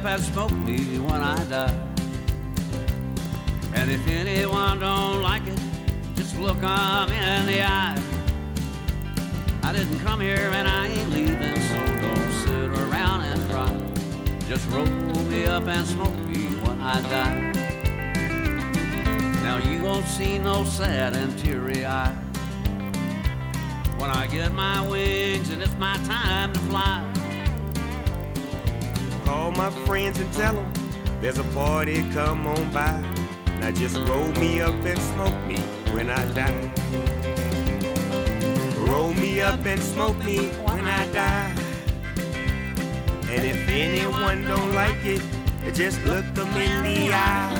and smoke me when I die. And if anyone don't like it, just look 'em in the eye. I didn't come here and I ain't leaving, so don't sit around and cry. Just roll me up and smoke me when I die. Now you won't see no sad and teary eye when I get my wings and it's my time to fly. Call my friends and tell them there's a party, come on by. Now just roll me up and smoke me when I die. Roll me up and smoke me when I die. And if anyone don't like it, just look them in the eye.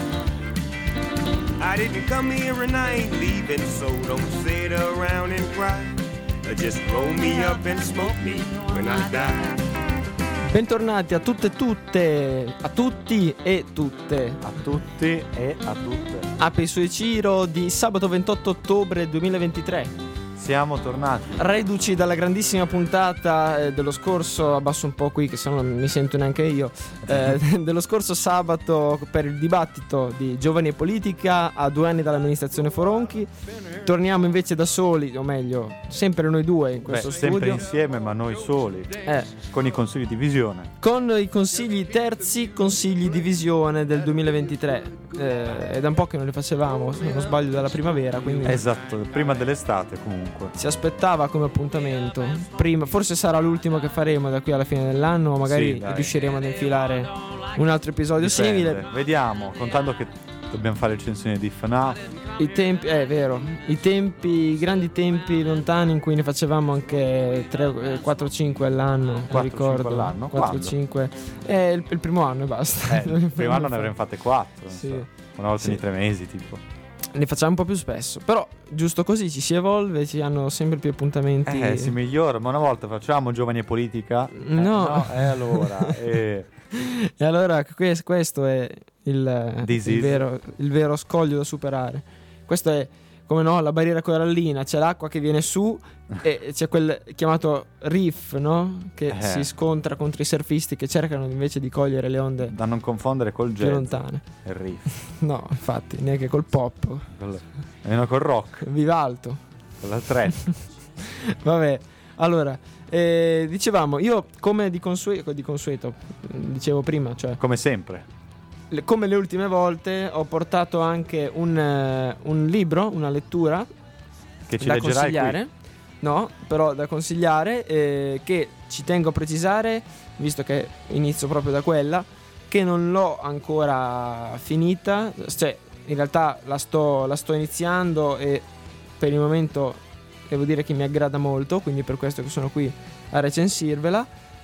I didn't come here and I ain't leaving, so don't sit around and cry. Just roll me up and smoke me when I die. Bentornati a tutte e tutte, a tutti e tutte. A tutti e a tutte. Ape Sui Ciro di sabato 28 ottobre 2023. Siamo tornati. Reduci dalla grandissima puntata dello scorso, abbasso un po' qui che se no non mi sento neanche io, dello scorso sabato per il dibattito di Giovani e Politica a 2 anni dall'amministrazione Foronchi. Torniamo invece da soli, o meglio, sempre noi due in questo studio. Sempre insieme ma noi soli, con i consigli di visione. Con i consigli terzi, consigli di visione del 2023. È da un po' che non li facevamo, se non sbaglio dalla primavera, quindi... Esatto, prima dell'estate comunque. Si aspettava come appuntamento. Prima, forse sarà l'ultimo che faremo da qui alla fine dell'anno, o magari riusciremo ad infilare un altro episodio simile. Vediamo, contando che dobbiamo fare recensioni di FNAF. I tempi, è vero, i grandi tempi lontani in cui ne facevamo anche 3, 4, 5 all'anno, 4, ricordo. 5 all'anno? 4, 5. Il primo anno e basta. Il primo anno ne avremmo fatte 4. Sì. Una volta ogni 3 mesi, tipo. Ne facciamo un po' più spesso, però giusto così ci si evolve, ci hanno sempre più appuntamenti. Si migliora, ma una volta facciamo Giovani e Politica. No. Allora. E allora questo è il vero scoglio da superare. Questo è, come no, la barriera corallina, c'è l'acqua che viene su e c'è quel chiamato reef, no? Che si scontra contro i surfisti che cercano invece di cogliere le onde da non confondere col jazz. Più lontane. Il reef. No, infatti, neanche col pop. Nemmeno col rock. Vivalto. Con la trap. Vabbè, allora, dicevamo, io come di consueto, dicevo prima, cioè come sempre. Come le ultime volte ho portato anche un libro, una lettura che ci da leggerai consigliare. Qui. No, però da consigliare, che ci tengo a precisare, visto che inizio proprio da quella, che non l'ho ancora finita, cioè in realtà la sto iniziando e per il momento devo dire che mi aggrada molto, quindi per questo che sono qui a recensirvela,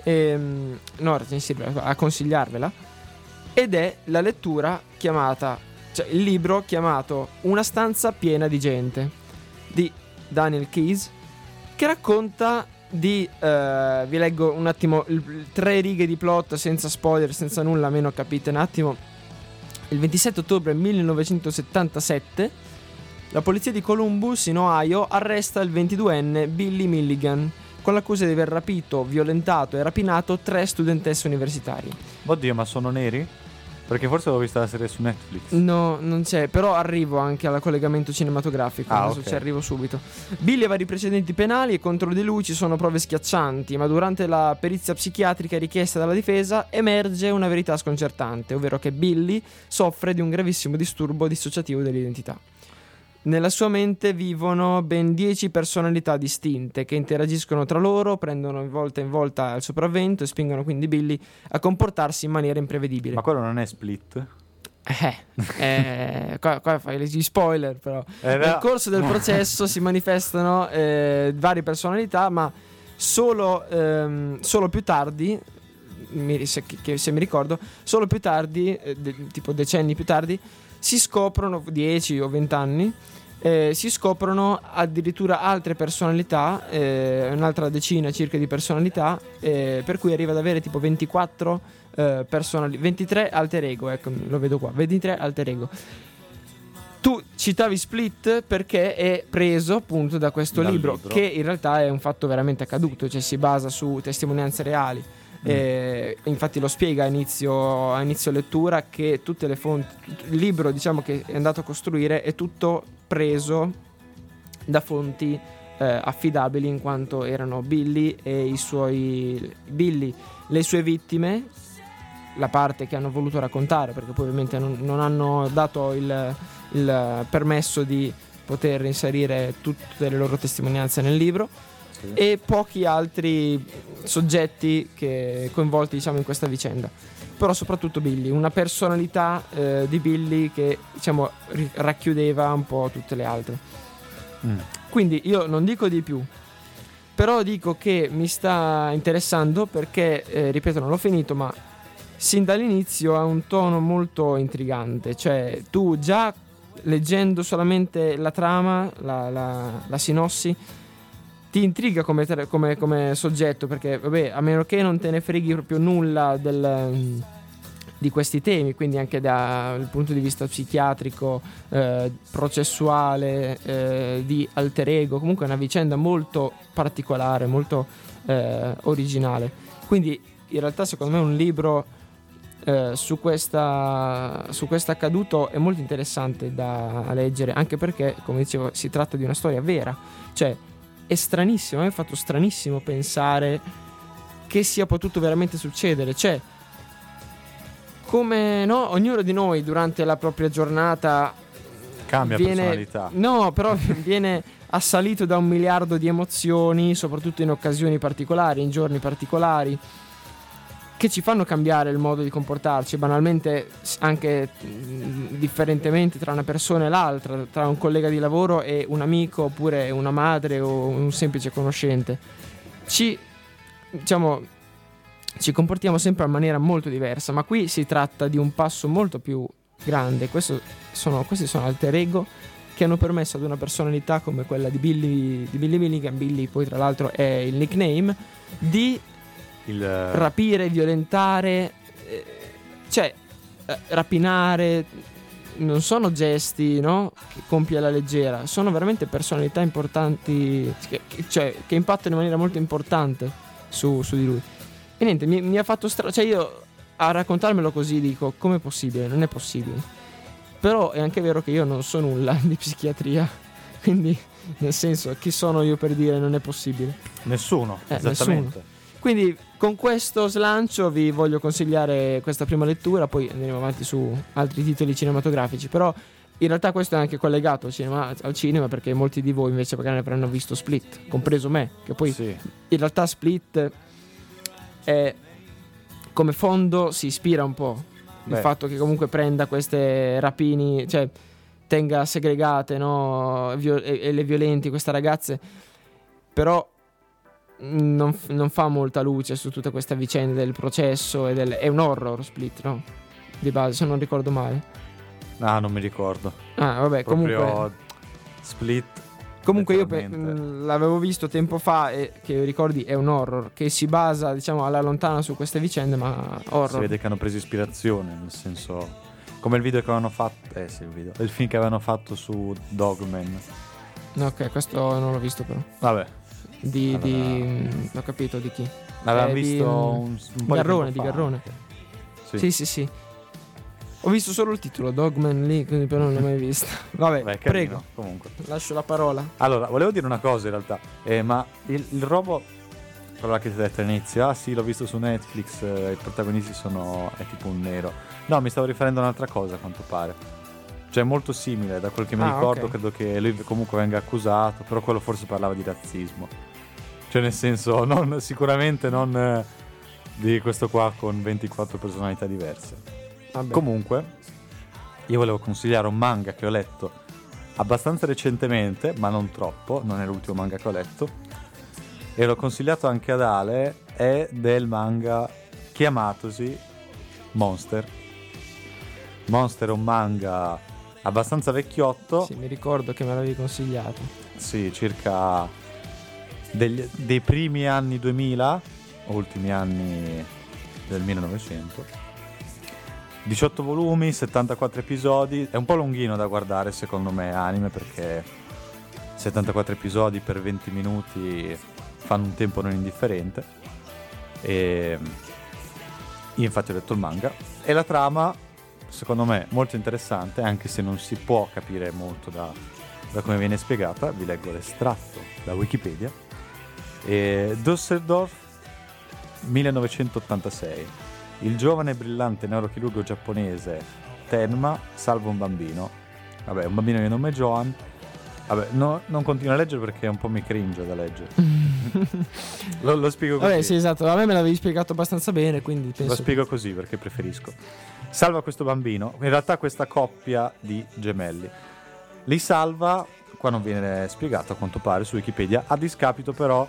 a consigliarvela. Ed è la lettura il libro chiamato Una stanza piena di gente di Daniel Keyes, che racconta vi leggo un attimo 3 righe di plot senza spoiler, senza nulla, meno capite un attimo. Il 27 ottobre 1977 la polizia di Columbus in Ohio arresta il 22enne Billy Milligan con l'accusa di aver rapito, violentato e rapinato 3 studentesse universitarie. Oddio, ma sono neri? Perché forse l'ho vista la serie su Netflix. No, non c'è, però arrivo anche al collegamento cinematografico. Adesso ci arrivo subito. Billy ha vari precedenti penali e contro di lui ci sono prove schiaccianti, ma durante la perizia psichiatrica richiesta dalla difesa emerge una verità sconcertante, ovvero che Billy soffre di un gravissimo disturbo dissociativo dell'identità. Nella sua mente vivono ben 10 personalità distinte che interagiscono tra loro, prendono di volta in volta il sopravvento e spingono quindi Billy a comportarsi in maniera imprevedibile. Ma quello non è Split? Qua fai gli spoiler, però. Nel corso del processo si manifestano varie personalità, ma solo più tardi, se mi ricordo, solo più tardi, tipo decenni più tardi, si scoprono, 10 o 20 anni, si scoprono addirittura altre personalità, un'altra decina circa di personalità, per cui arriva ad avere tipo 24 23 alter ego, ecco, lo vedo qua, 23 alter ego. Tu citavi Split perché è preso appunto da questo libro, che in realtà è un fatto veramente accaduto, cioè si basa su testimonianze reali. Infatti lo spiega a inizio lettura che tutte le fonti, il libro diciamo che è andato a costruire è tutto preso da fonti affidabili, in quanto erano Billy e le sue vittime, la parte che hanno voluto raccontare, perché poi ovviamente non hanno dato il permesso di poter inserire tutte le loro testimonianze nel libro, e pochi altri soggetti che coinvolti diciamo in questa vicenda, però soprattutto Billy, una personalità di Billy che diciamo racchiudeva un po' tutte le altre. Quindi io non dico di più, però dico che mi sta interessando perché ripeto, non l'ho finito, ma sin dall'inizio ha un tono molto intrigante. Cioè tu già leggendo solamente la trama, la sinossi, ti intriga come soggetto, perché vabbè, a meno che non te ne freghi proprio nulla di questi temi, quindi anche dal punto di vista psichiatrico, processuale, di alter ego, comunque è una vicenda molto particolare, molto originale. Quindi in realtà secondo me un libro su questo accaduto è molto interessante da leggere, anche perché, come dicevo, si tratta di una storia vera. Cioè è stranissimo, mi ha fatto stranissimo pensare che sia potuto veramente succedere. Cioè, come no, ognuno di noi durante la propria giornata cambia personalità. No, però viene assalito da 1 miliardo di emozioni, soprattutto in occasioni particolari, in giorni particolari, che ci fanno cambiare il modo di comportarci, banalmente anche differentemente tra una persona e l'altra, tra un collega di lavoro e un amico, oppure una madre o un semplice conoscente. Ci comportiamo sempre in maniera molto diversa, ma qui si tratta di un passo molto più grande. Questi sono alter ego che hanno permesso ad una personalità come quella di Billy Milligan, Billy poi tra l'altro è il nickname, di rapire, violentare, rapinare. Non sono gesti, no, che compie alla leggera, sono veramente personalità importanti, che impattano in maniera molto importante su di lui. E niente, mi ha fatto cioè io a raccontarmelo così dico, com'è possibile? Non è possibile. Però è anche vero che io non so nulla di psichiatria, quindi nel senso, chi sono io per dire non è possibile? Nessuno, esattamente. Nessuno. Quindi con questo slancio vi voglio consigliare questa prima lettura, poi andremo avanti su altri titoli cinematografici, però in realtà questo è anche collegato al cinema, perché molti di voi invece magari avranno visto Split, compreso me, che poi sì. In realtà Split è, come fondo si ispira un po'. Il fatto che comunque prenda queste rapini, cioè tenga segregate, no, e le violenti queste ragazze, però non fa molta luce su tutta questa vicenda del processo è un horror Split, no? Di base, se non ricordo male. Ah, non mi ricordo. Ah, vabbè, proprio comunque Split. Comunque io l'avevo visto tempo fa e che ricordi è un horror che si basa, diciamo, alla lontana su queste vicende, ma horror. Si vede che hanno preso ispirazione, nel senso, come il video che avevano fatto, il film che avevano fatto su Dogman. Ok, questo non l'ho visto però. Vabbè. Ho capito di chi. L'avevamo visto un po' di Garrone. Sì. Ho visto solo il titolo, Dogman lì, quindi però non l'ho mai visto. Vabbè, carino, prego. Comunque. Lascio la parola. Allora, volevo dire una cosa in realtà, ma il robot, quella che ti ho detto all'inizio, sì, l'ho visto su Netflix, i protagonisti è tipo un nero. No, mi stavo riferendo a un'altra cosa, a quanto pare. Cioè molto simile, da quel che mi ricordo, okay. Credo che lui comunque venga accusato, però quello forse parlava di razzismo. Cioè nel senso, sicuramente non di questo qua con 24 personalità diverse. Vabbè. Comunque, io volevo consigliare un manga che ho letto abbastanza recentemente, ma non troppo, non è l'ultimo manga che ho letto, e l'ho consigliato anche ad Ale, è del manga chiamatosi Monster. Monster è un manga abbastanza vecchiotto. Sì, mi ricordo che me l'avevi consigliato. Sì, circa dei primi anni 2000, ultimi anni del 1900. 18 volumi, 74 episodi. È un po' lunghino da guardare secondo me anime, perché 74 episodi per 20 minuti fanno un tempo non indifferente. Io infatti ho letto il manga e la trama, secondo me, molto interessante, anche se non si può capire molto da come viene spiegata. Vi leggo l'estratto da Wikipedia. Düsseldorf, 1986. Il giovane e brillante neurochirurgo giapponese Tenma salva un bambino. Vabbè, un bambino di nome Johan. Vabbè, non continuo a leggere perché un po' mi cringe da leggere. lo spiego così. Vabbè, sì, esatto. A me l'avevi spiegato abbastanza bene, quindi penso. Lo spiego così perché preferisco. Salva questo bambino, in realtà questa coppia di gemelli. Li salva, qua non viene spiegato a quanto pare su Wikipedia, a discapito però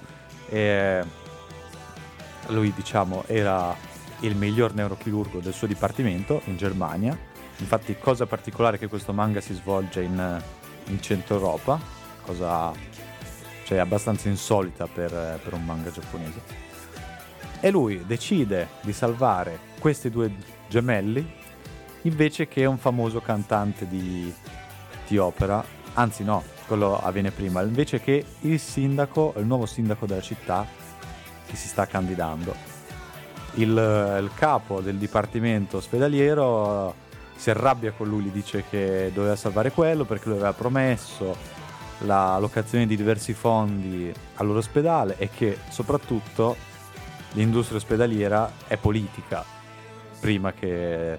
lui, diciamo, era il miglior neurochirurgo del suo dipartimento in Germania. Infatti, cosa particolare è che questo manga si svolge in Centro Europa, cosa cioè abbastanza insolita per un manga giapponese. E lui decide di salvare questi due gemelli invece che un famoso cantante di opera, anzi no, quello avviene prima, invece che il nuovo sindaco della città che si sta candidando. Il capo del dipartimento ospedaliero si arrabbia con lui, gli dice che doveva salvare quello perché lui aveva promesso la locazione di diversi fondi al loro ospedale e che soprattutto l'industria ospedaliera è politica prima che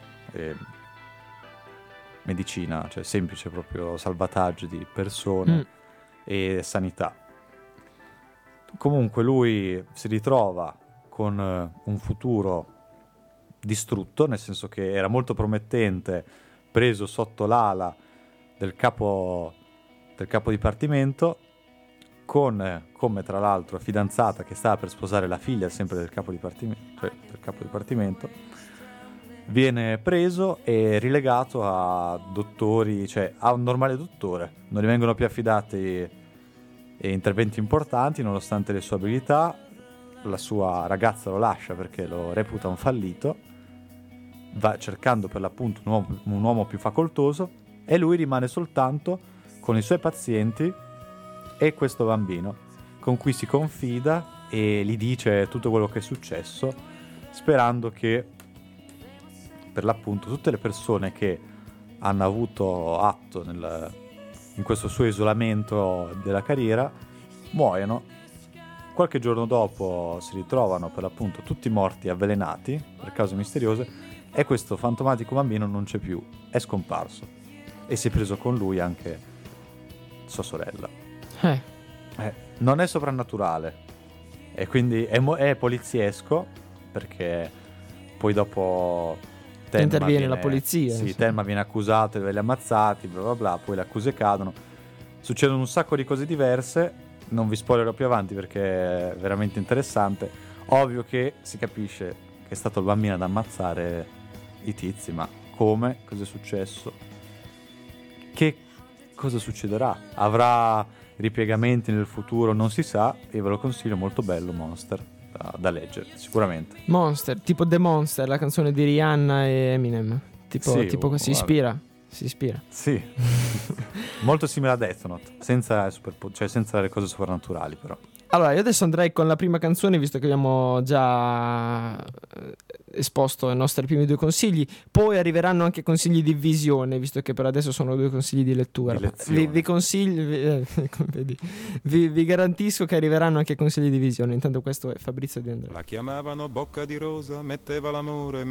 medicina, cioè semplice proprio salvataggio di persone e sanità. Comunque lui si ritrova con un futuro distrutto, nel senso che era molto promettente, preso sotto l'ala del capo dipartimento, con come tra l'altro fidanzata che stava per sposare la figlia sempre del capo dipartimento, viene preso e rilegato a dottori, cioè a un normale dottore. Non gli vengono più affidati interventi importanti nonostante le sue abilità. La sua ragazza lo lascia perché lo reputa un fallito, va cercando per l'appunto un uomo più facoltoso e lui rimane soltanto con i suoi pazienti e questo bambino con cui si confida e gli dice tutto quello che è successo, sperando che per l'appunto tutte le persone che hanno avuto atto in questo suo isolamento della carriera muoiano. Qualche giorno dopo si ritrovano per l'appunto tutti morti, avvelenati per cause misteriose, e questo fantomatico bambino non c'è più, è scomparso e si è preso con lui anche sua sorella. Non è soprannaturale e quindi è poliziesco, perché poi dopo interviene la polizia. Sì, Tenma viene accusato di averli ammazzati, bla bla bla, poi le accuse cadono, succedono un sacco di cose diverse. Non vi spoilerò più avanti perché è veramente interessante. Ovvio che si capisce che è stato il bambino ad ammazzare i tizi, ma come? Cosa è successo? Che cosa succederà? Avrà ripiegamenti nel futuro? Non si sa. Io ve lo consiglio, molto bello, Monster, da leggere sicuramente. Monster, tipo The Monster, la canzone di Rihanna e Eminem, tipo così, si ispira. Sì. Molto simile a Death Note, senza le cose soprannaturali però. Allora, io adesso andrei con la prima canzone, visto che abbiamo già esposto i nostri primi due consigli. Poi arriveranno anche consigli di visione, visto che per adesso sono due consigli di lettura. Vi consiglio, vi garantisco che arriveranno anche consigli di visione. Intanto questo è Fabrizio De André. La chiamavano Bocca di Rosa, metteva l'amore.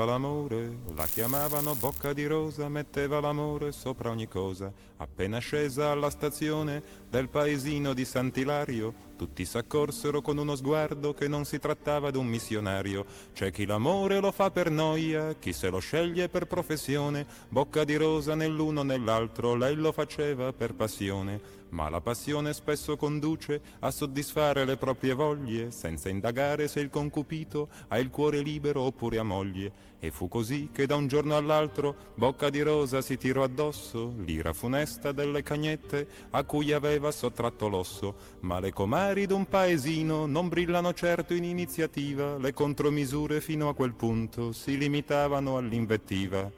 La chiamavano Bocca di Rosa, metteva l'amore sopra ogni cosa. Appena scesa alla stazione del paesino di Sant'Ilario, tutti s'accorsero con uno sguardo che non si trattava d'un missionario. C'è chi l'amore lo fa per noia, chi se lo sceglie per professione. Bocca di Rosa nell'uno nell'altro, lei lo faceva per passione. Ma la passione spesso conduce a soddisfare le proprie voglie, senza indagare se il concupito ha il cuore libero oppure ha moglie. E fu così che da un giorno all'altro Bocca di Rosa si tirò addosso l'ira funesta delle cagnette a cui aveva sottratto l'osso. Ma le comari d'un paesino non brillano certo in iniziativa, le contromisure fino a quel punto si limitavano all'invettiva.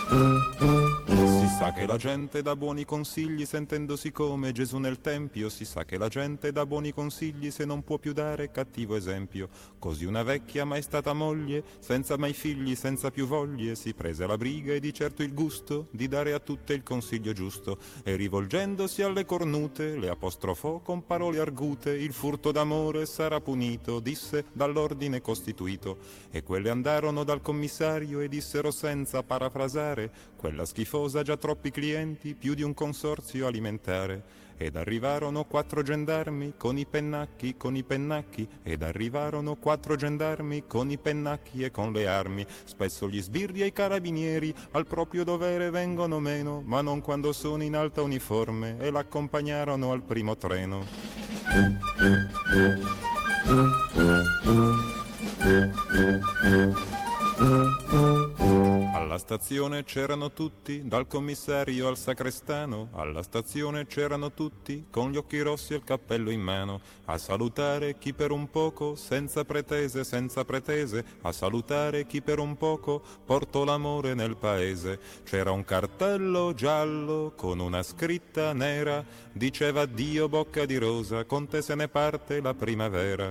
Si sa che la gente dà buoni consigli sentendosi come Gesù nel tempio, si sa che la gente dà buoni consigli se non può più dare cattivo esempio. Così una vecchia mai stata moglie, senza mai figli, senza più voglie, si prese la briga e di certo il gusto di dare a tutte il consiglio giusto, e rivolgendosi alle cornute le apostrofò con parole argute: il furto d'amore sarà punito, disse, dall'ordine costituito. E quelle andarono dal commissario e dissero senza parafrasare: quella schifosa ha già troppi clienti, più di un consorzio alimentare. Ed arrivarono 4 gendarmi con i pennacchi, ed arrivarono 4 gendarmi con i pennacchi e con le armi. Spesso gli sbirri e i carabinieri al proprio dovere vengono meno, ma non quando sono in alta uniforme, e l'accompagnarono al primo treno. Alla stazione c'erano tutti, dal commissario al sacrestano. Alla stazione c'erano tutti, con gli occhi rossi e il cappello in mano, a salutare chi per un poco, senza pretese, a salutare chi per un poco portò l'amore nel paese. C'era un cartello giallo con una scritta nera, diceva: addio bocca di rosa, con te se ne parte la primavera.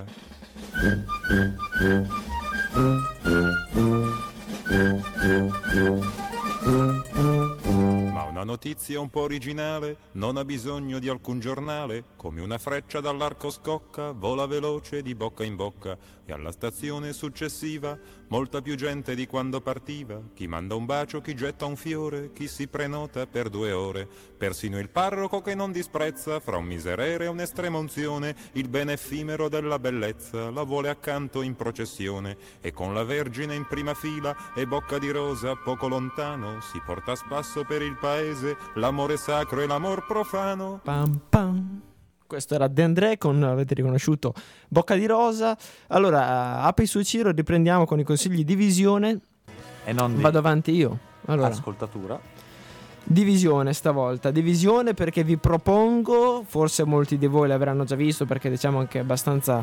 Ma una notizia un po' originale non ha bisogno di alcun giornale. Come una freccia dall'arco scocca, vola veloce di bocca in bocca, e alla stazione successiva molta più gente di quando partiva. Chi manda un bacio, chi getta un fiore, chi si prenota per 2 ore. Persino il parroco che non disprezza, fra un miserere e un'estrema unzione, il bene effimero della bellezza la vuole accanto in processione. E con la Vergine in prima fila e bocca di rosa poco lontano, si porta a spasso per il paese l'amore sacro e l'amor profano. Pam pam. Questo era De André con, avete riconosciuto, Bocca di Rosa. Allora, apri su Ciro, riprendiamo con i consigli di visione. E non di Vado avanti io. Allora, ascoltatura. Divisione stavolta. Divisione perché vi propongo, forse molti di voi l'avranno già visto perché diciamo anche abbastanza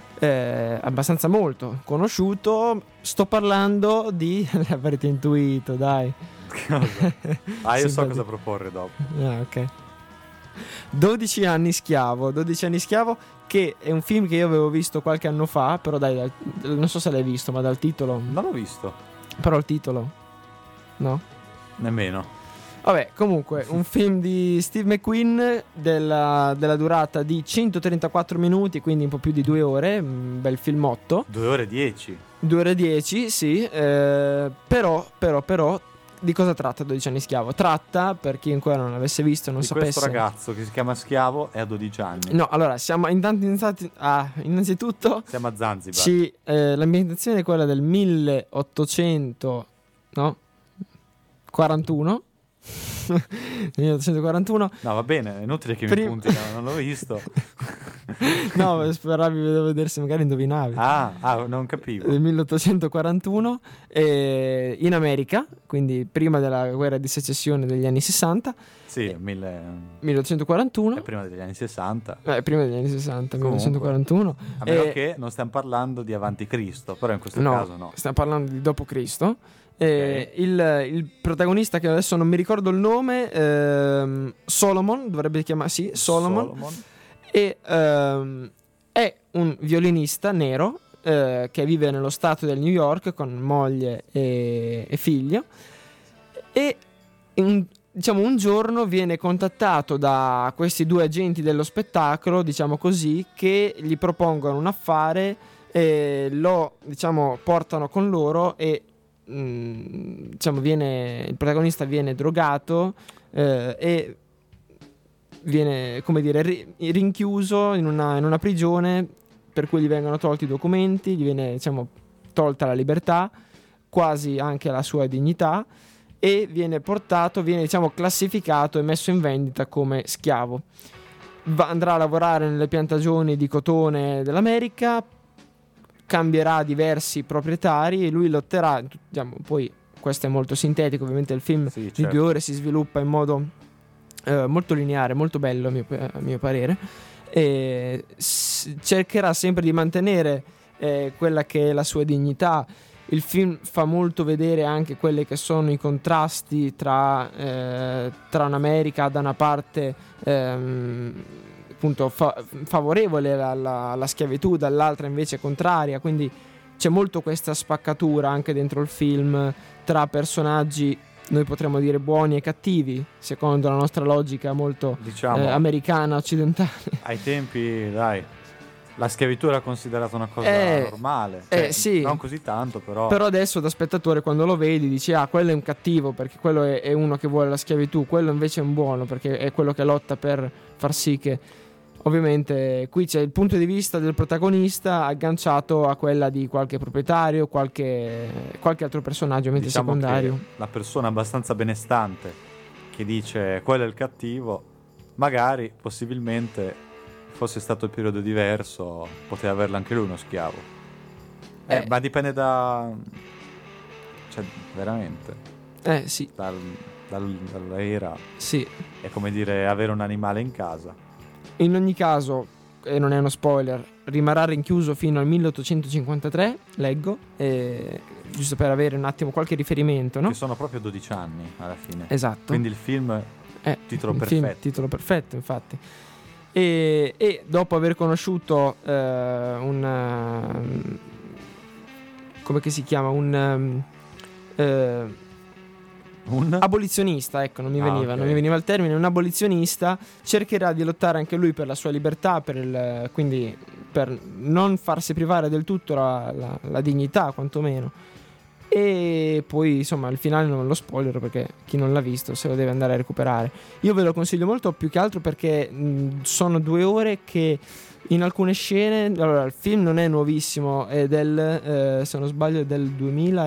molto conosciuto. Sto parlando di... l'avrete intuito, dai. Io so cosa proporre dopo. Ok. 12 anni schiavo, che è un film che io avevo visto qualche anno fa, però dai, non so se l'hai visto, ma dal titolo. Non l'ho visto. Però il titolo no? Nemmeno. Vabbè, comunque, un film di Steve McQueen della durata di 134 minuti, quindi un po' più di 2 ore, un bel filmotto. 2 ore e 10. 2 ore e 10, sì, però di cosa tratta 12 anni schiavo? Tratta, per chi ancora non l'avesse visto e non di sapesse... questo ragazzo che si chiama Schiavo e ha 12 anni. No, allora, siamo innanzitutto... Siamo a Zanzibar. L'ambientazione è quella del 1841. 1841. No, va bene, è inutile che mi punti, non l'ho visto. No, speravi di vedere se magari indovinavi. Non capivo. Del 1841 in America, quindi prima della guerra di secessione degli anni 60. Sì, 1841. È prima degli anni 60. Prima degli anni 60, Comunque, 1941. A meno che non stiamo parlando di avanti Cristo, però in questo caso no. Stiamo parlando di dopo Cristo. Okay. Il protagonista, che adesso non mi ricordo il nome, Solomon, dovrebbe chiamarsi Solomon. E è un violinista nero che vive nello stato del New York con moglie e figlio, e un giorno viene contattato da questi 2 agenti dello spettacolo, diciamo così, che gli propongono un affare e lo portano con loro, e il protagonista viene drogato e viene, come dire, rinchiuso in una prigione, per cui gli vengono tolti i documenti, gli viene tolta la libertà, quasi anche la sua dignità, e viene classificato e messo in vendita come schiavo. Andrà a lavorare nelle piantagioni di cotone dell'America, cambierà diversi proprietari e lui lotterà, poi questo è molto sintetico, ovviamente il film di 2 ore si sviluppa in modo molto lineare, molto bello a mio parere, e cercherà sempre di mantenere quella che è la sua dignità, il film fa molto vedere anche quelli che sono i contrasti tra un'America da una parte appunto favorevole alla schiavitù, dall'altra invece contraria, quindi c'è molto questa spaccatura anche dentro il film tra personaggi, noi potremmo dire buoni e cattivi, secondo la nostra logica molto americana, occidentale. Ai tempi, dai, la schiavitù era considerata una cosa normale, sì. Non così tanto, però adesso da spettatore quando lo vedi dici quello è un cattivo perché quello è uno che vuole la schiavitù, quello invece è un buono perché è quello che lotta per far sì che, ovviamente qui c'è il punto di vista del protagonista agganciato a quella di qualche proprietario, qualche altro personaggio ovviamente secondario. La persona abbastanza benestante che dice quello è il cattivo, magari possibilmente fosse stato il periodo diverso, poteva averlo anche lui uno schiavo. Ma dipende cioè veramente sì, dall'era. Sì, è come dire avere un animale in casa. In ogni caso, e non è uno spoiler, rimarrà rinchiuso fino al 1853, leggo, giusto per avere un attimo qualche riferimento, no? Che sono proprio 12 anni alla fine. Esatto. Quindi il film titolo perfetto. Film, titolo perfetto, infatti. E dopo aver conosciuto come che si chiama? Un abolizionista, ecco, non mi veniva il termine, un abolizionista, cercherà di lottare anche lui per la sua libertà, quindi per non farsi privare del tutto la dignità, quantomeno. E poi insomma il finale non lo spoiler perché chi non l'ha visto se lo deve andare a recuperare. Io ve lo consiglio molto, più che altro perché sono 2 ore che in alcune scene, allora il film non è nuovissimo, è se non sbaglio è del 2000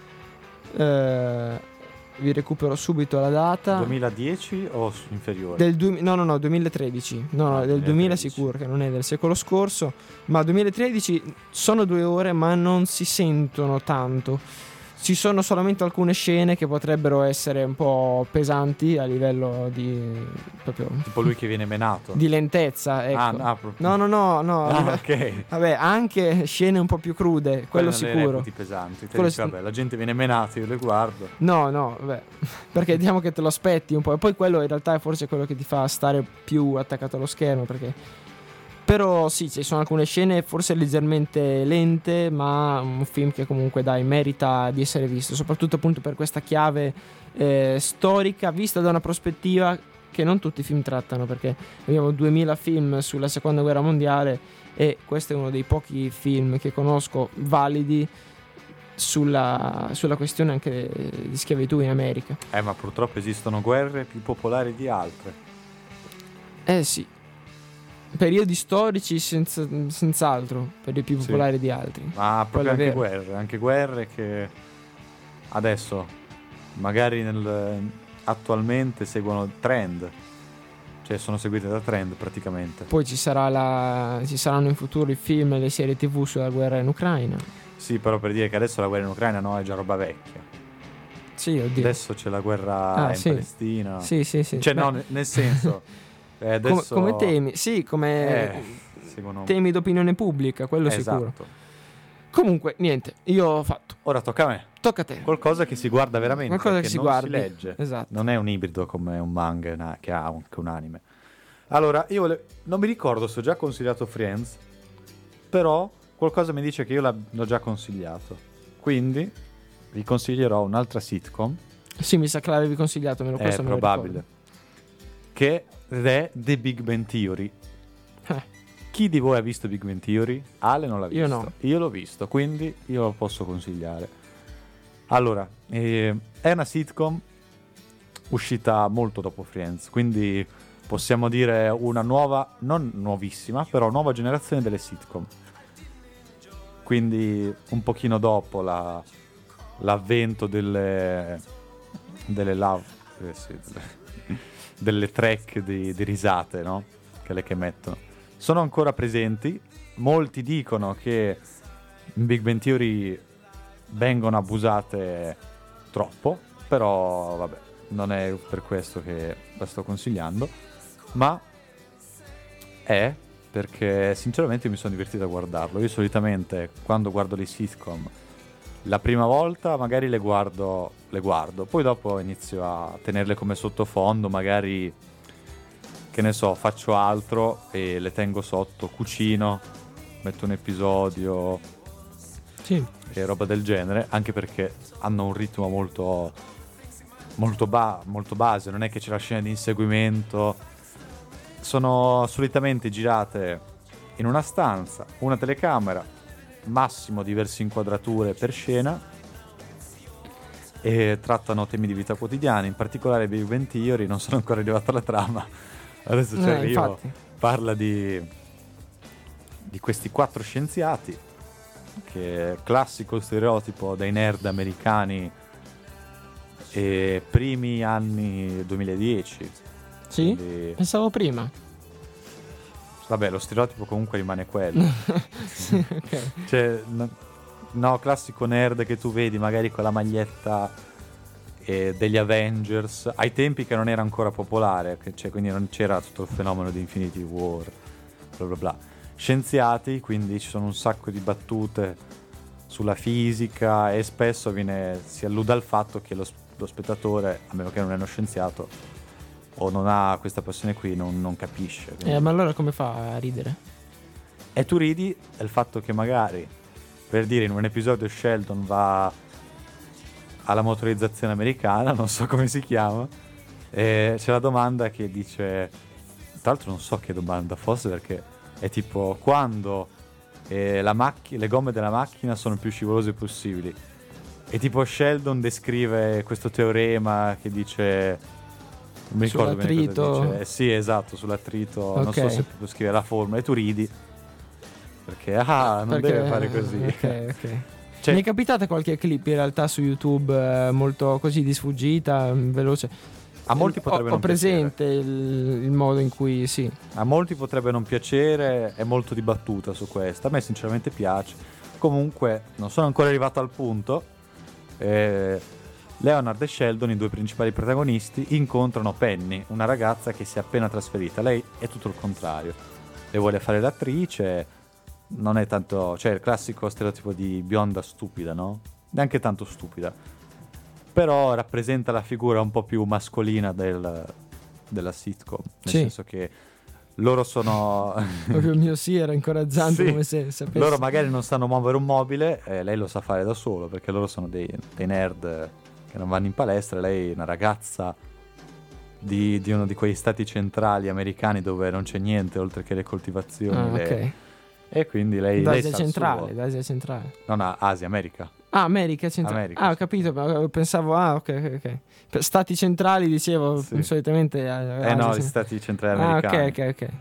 vi recupero subito la data. 2010 o inferiore? No, 2013. No, del 2000 sicuro, che non è del secolo scorso. Ma 2013 sono 2 ore, ma non si sentono tanto. Ci sono solamente alcune scene che potrebbero essere un po' pesanti a livello di proprio tipo lui che viene menato, di lentezza, ecco. Proprio. No. Ok. Vabbè, anche scene un po' più crude, quello sicuro. Pesanti. Vabbè, la gente viene menata, io le guardo. No, vabbè. Perché diciamo che te lo aspetti un po', e poi quello in realtà è forse quello che ti fa stare più attaccato allo schermo, perché però sì, ci sono alcune scene forse leggermente lente, ma un film che comunque merita di essere visto, soprattutto appunto per questa chiave storica, vista da una prospettiva che non tutti i film trattano, perché abbiamo 2000 film sulla seconda guerra mondiale e questo è uno dei pochi film che conosco validi sulla questione anche di schiavitù in America. Ma purtroppo esistono guerre più popolari di altre. Sì. Periodi storici senz'altro, per i più popolari di altri. Ma proprio anche guerre che adesso magari attualmente seguono il trend, cioè sono seguite da trend praticamente. Poi ci saranno in futuro i film e le serie TV sulla guerra in Ucraina. Sì, però per dire che adesso la guerra in Ucraina è già roba vecchia. Sì, oddio. Adesso c'è la guerra in Palestina. Sì. Cioè no, nel senso adesso come temi, temi d'opinione pubblica, quello sicuro. Comunque, niente, io ho fatto. Ora tocca a me. Tocca a te. Qualcosa che si guarda veramente, qualcosa che si legge. Esatto. Non è un ibrido come un manga che ha anche un anime. Allora, io non mi ricordo se ho già consigliato Friends, però qualcosa mi dice che io l'ho già consigliato. Quindi vi consiglierò un'altra sitcom. Sì, mi sa che l'avevi consigliato, è probabile. Che è The Big Bang Theory. Chi di voi ha visto Big Bang Theory? Ale non l'ha visto. Io no. Io l'ho visto, quindi io lo posso consigliare. Allora, è una sitcom uscita molto dopo Friends, quindi possiamo dire una nuova, non nuovissima, però nuova generazione delle sitcom. Quindi un pochino dopo l'avvento delle love, delle track di risate, no? Quelle che mettono. Sono ancora presenti. Molti dicono che in Big Bang Theory vengono abusate troppo, però vabbè, non è per questo che la sto consigliando, ma è perché sinceramente mi sono divertito a guardarlo. Io solitamente quando guardo le sitcom La prima volta magari le guardo, poi dopo inizio a tenerle come sottofondo, magari, che ne so, faccio altro e le tengo sotto, cucino, metto un episodio, sì, e roba del genere, anche perché hanno un ritmo molto base, non è che c'è la scena di inseguimento, sono solitamente girate in una stanza, una telecamera, massimo diverse inquadrature per scena, e trattano temi di vita quotidiana, in particolare Big Bang Theory. Non sono ancora arrivato alla trama, adesso ci arrivo. Infatti. Parla di questi 4 scienziati, che è classico stereotipo dei nerd americani e primi anni 2010. Sì? Quindi, Pensavo prima. vabbè, lo stereotipo comunque rimane quello. Sì, ok. Cioè, no, classico nerd che tu vedi magari con la maglietta degli Avengers, ai tempi che non era ancora popolare, cioè, quindi non c'era tutto il fenomeno di Infinity War, bla bla bla. Scienziati, quindi ci sono un sacco di battute sulla fisica, e spesso si allude al fatto che lo spettatore, a meno che non è uno scienziato o non ha questa passione qui, non capisce. Ma allora come fa a ridere? E tu ridi del fatto che magari, per dire, in un episodio Sheldon va alla motorizzazione americana, non so come si chiama, e c'è la domanda che dice, tra l'altro non so che domanda fosse, perché è tipo quando le gomme della macchina sono più scivolose possibili, e tipo Sheldon descrive questo teorema che dice, non mi ricordo bene cosa dice. Sì, esatto, sull'attrito, okay. Non so se proprio scrive la formula, e tu ridi perché non deve fare così. Ok. Cioè, mi è capitata qualche clip in realtà su YouTube molto così di sfuggita, veloce. A molti potrebbe non presente il modo in cui sì. A molti potrebbe non piacere, è molto dibattuta su questo. A me sinceramente piace. Comunque non sono ancora arrivato al punto. Leonard e Sheldon, i 2 principali protagonisti, incontrano Penny, una ragazza che si è appena trasferita. Lei è tutto il contrario, le vuole fare l'attrice, non è tanto, cioè il classico stereotipo di bionda stupida, no? Neanche tanto stupida, però rappresenta la figura un po' più mascolina della sitcom, nel senso che loro sono proprio il mio sì era incoraggiante, sì, come se sapessi. Loro magari non sanno muovere un mobile, lei lo sa fare da solo, perché loro sono dei nerd che non vanno in palestra. Lei è una ragazza di uno di quei stati centrali americani dove non c'è niente oltre che le coltivazioni. Ok. E quindi lei d'Asia centrale. No, Asia, America. America centrale. America, ho capito, ma pensavo ok. Per stati centrali dicevo, sì. Solitamente no, gli stati centrali americani. Ok.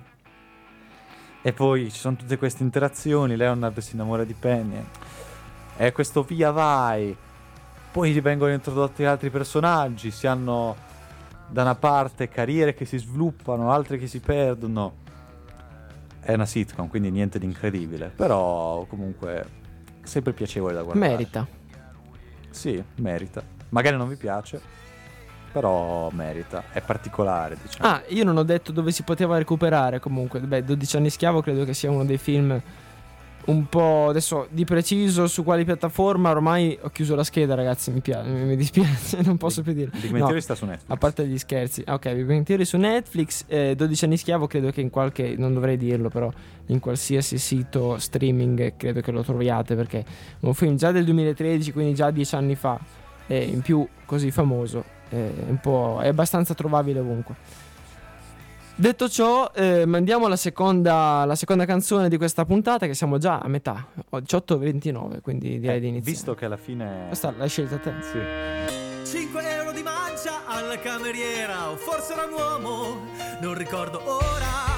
E poi ci sono tutte queste interazioni, Leonard si innamora di Penny. E questo via vai. Poi vengono introdotti altri personaggi, si hanno da una parte carriere che si sviluppano, altre che si perdono. È una sitcom, quindi niente di incredibile, però comunque sempre piacevole da guardare. Merita. Sì, merita. Magari non vi piace, però merita. È particolare, diciamo. Io non ho detto dove si poteva recuperare comunque. 12 anni schiavo credo che sia uno dei film un po', adesso di preciso su quali piattaforma, ormai ho chiuso la scheda, ragazzi, mi dispiace, non posso più dire. Big Bang Theory sta su Netflix. A parte gli scherzi. Ok, Big Bang Theory su Netflix, 12 anni schiavo credo che in qualche, non dovrei dirlo però, in qualsiasi sito streaming credo che lo troviate, perché è un film già del 2013, quindi già 10 anni fa, e in più così famoso, è abbastanza trovabile ovunque. Detto ciò, mandiamo alla seconda canzone di questa puntata, che siamo già a metà, 18:29, quindi direi di iniziare. Visto che alla fine... Questa l'hai scelta te? Sì. 5 euro di mancia alla cameriera, o forse era un uomo, non ricordo ora.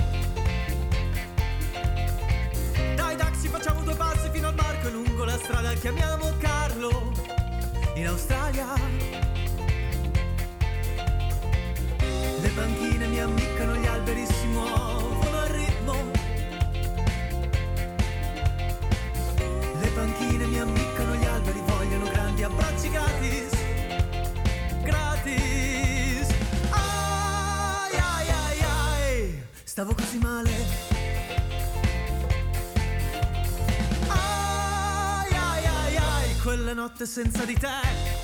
Dai taxi, facciamo 2 passi fino al barco, e lungo la strada chiamiamo Carlo, in Australia. Le panchine mi ammiccano, gli alberi si muovono al ritmo. Le panchine mi ammiccano, gli alberi vogliono grandi abbracci gratis. Gratis. Ai ai ai ai, stavo così male. Ai ai ai ai, quella notte senza di te.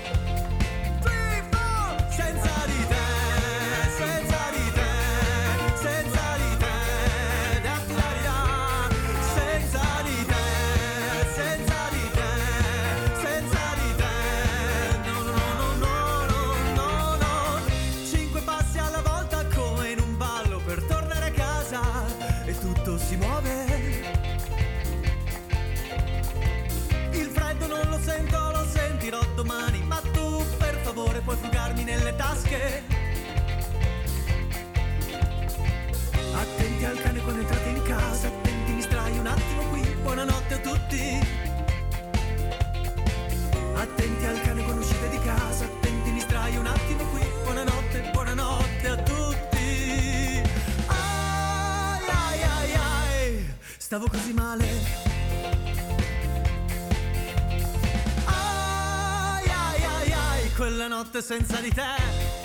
Senza di te, senza di te, senza di te, da da da, senza di te, senza di te, senza di te, no no no no no no. 5 passi alla volta come in un ballo per tornare a casa e tutto si muove. Il freddo non lo sento, lo sentirò domani, ma tu per favore puoi frugarmi nelle tasche. Attenti al cane quando entrate in casa, attenti, mi strai un attimo qui, buonanotte a tutti. Attenti al cane quando uscite di casa, attenti, mi strai un attimo qui, buonanotte, buonanotte a tutti. Ai ai ai ai, stavo così male. Quella notte senza di te,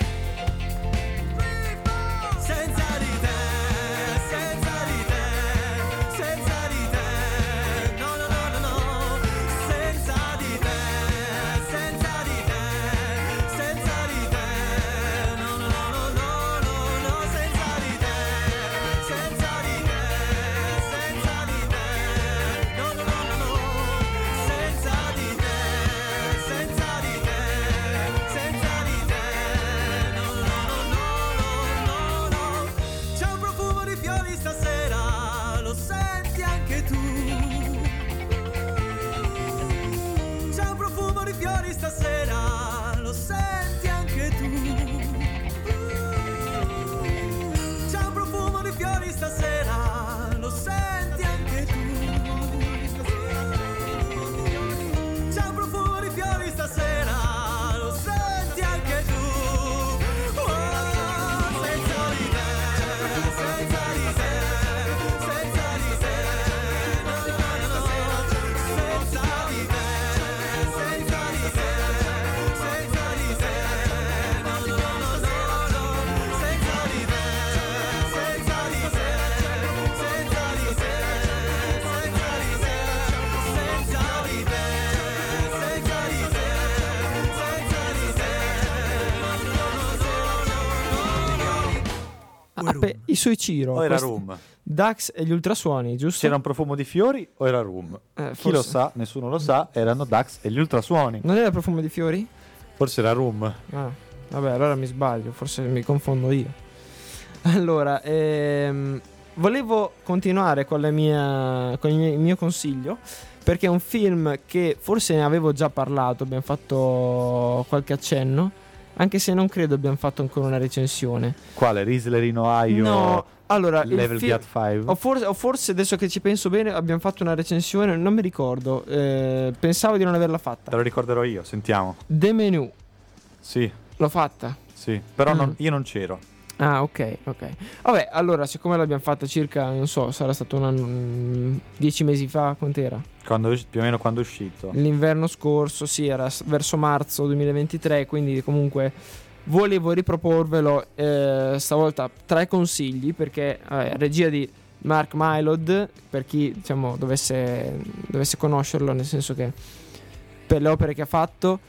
senza di te, senza di te, senza di te, no no no no no, senza di te, senza di te, senza di te, no no no no no no no, senza di te, senza di te, senza di te, no no no no no, senza di te, senza di te. C'è un profumo di fiori stasera, lo senti anche tu. C'è un profumo di fiori stasera, lo senti anche tu. C'è un profumo di fiori stasera, lo senti anche tu. C'è un profumo di fiori stasera, lo senti anche tu. I suoi Ciro. O era Room? Dax e gli ultrasuoni, giusto? C'era un profumo di fiori o era Room? Chi lo sa, nessuno lo sa, erano Dax e gli ultrasuoni. Non era profumo di fiori? Forse era Room. Ah, vabbè, allora mi sbaglio, forse mi confondo io. Allora, volevo continuare con il mio consiglio, perché è un film che forse ne avevo già parlato, abbiamo fatto qualche accenno, anche se non credo abbiamo fatto ancora una recensione. Quale? Rizzler in Ohio? No, allora Level Beat 5? O forse adesso che ci penso bene abbiamo fatto una recensione, non mi ricordo, pensavo di non averla fatta. Te lo ricorderò io, sentiamo. The Menu. Sì. L'ho fatta? Sì, però io non c'ero. Ah, ok. Vabbè, allora, siccome l'abbiamo fatta circa, non so, sarà stato 10 mesi fa, quant'era? Più o meno quando è uscito. L'inverno scorso, sì, era verso marzo 2023, quindi comunque volevo riproporvelo stavolta 3 consigli, perché regia di Mark Mylod, per chi diciamo dovesse conoscerlo, nel senso che per le opere che ha fatto,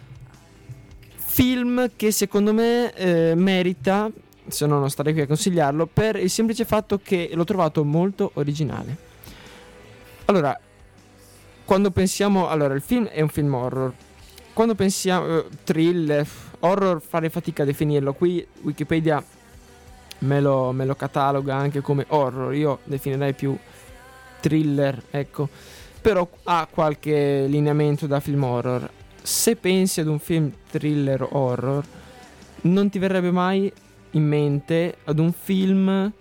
film che secondo me merita, se no non starei qui a consigliarlo, per il semplice fatto che l'ho trovato molto originale. Allora, quando pensiamo, allora il film è un film horror, quando pensiamo thriller, horror farei fatica a definirlo, qui Wikipedia me lo cataloga anche come horror, io definirei più thriller, ecco, però ha qualche lineamento da film horror. Se pensi ad un film thriller horror, non ti verrebbe mai in mente ad un film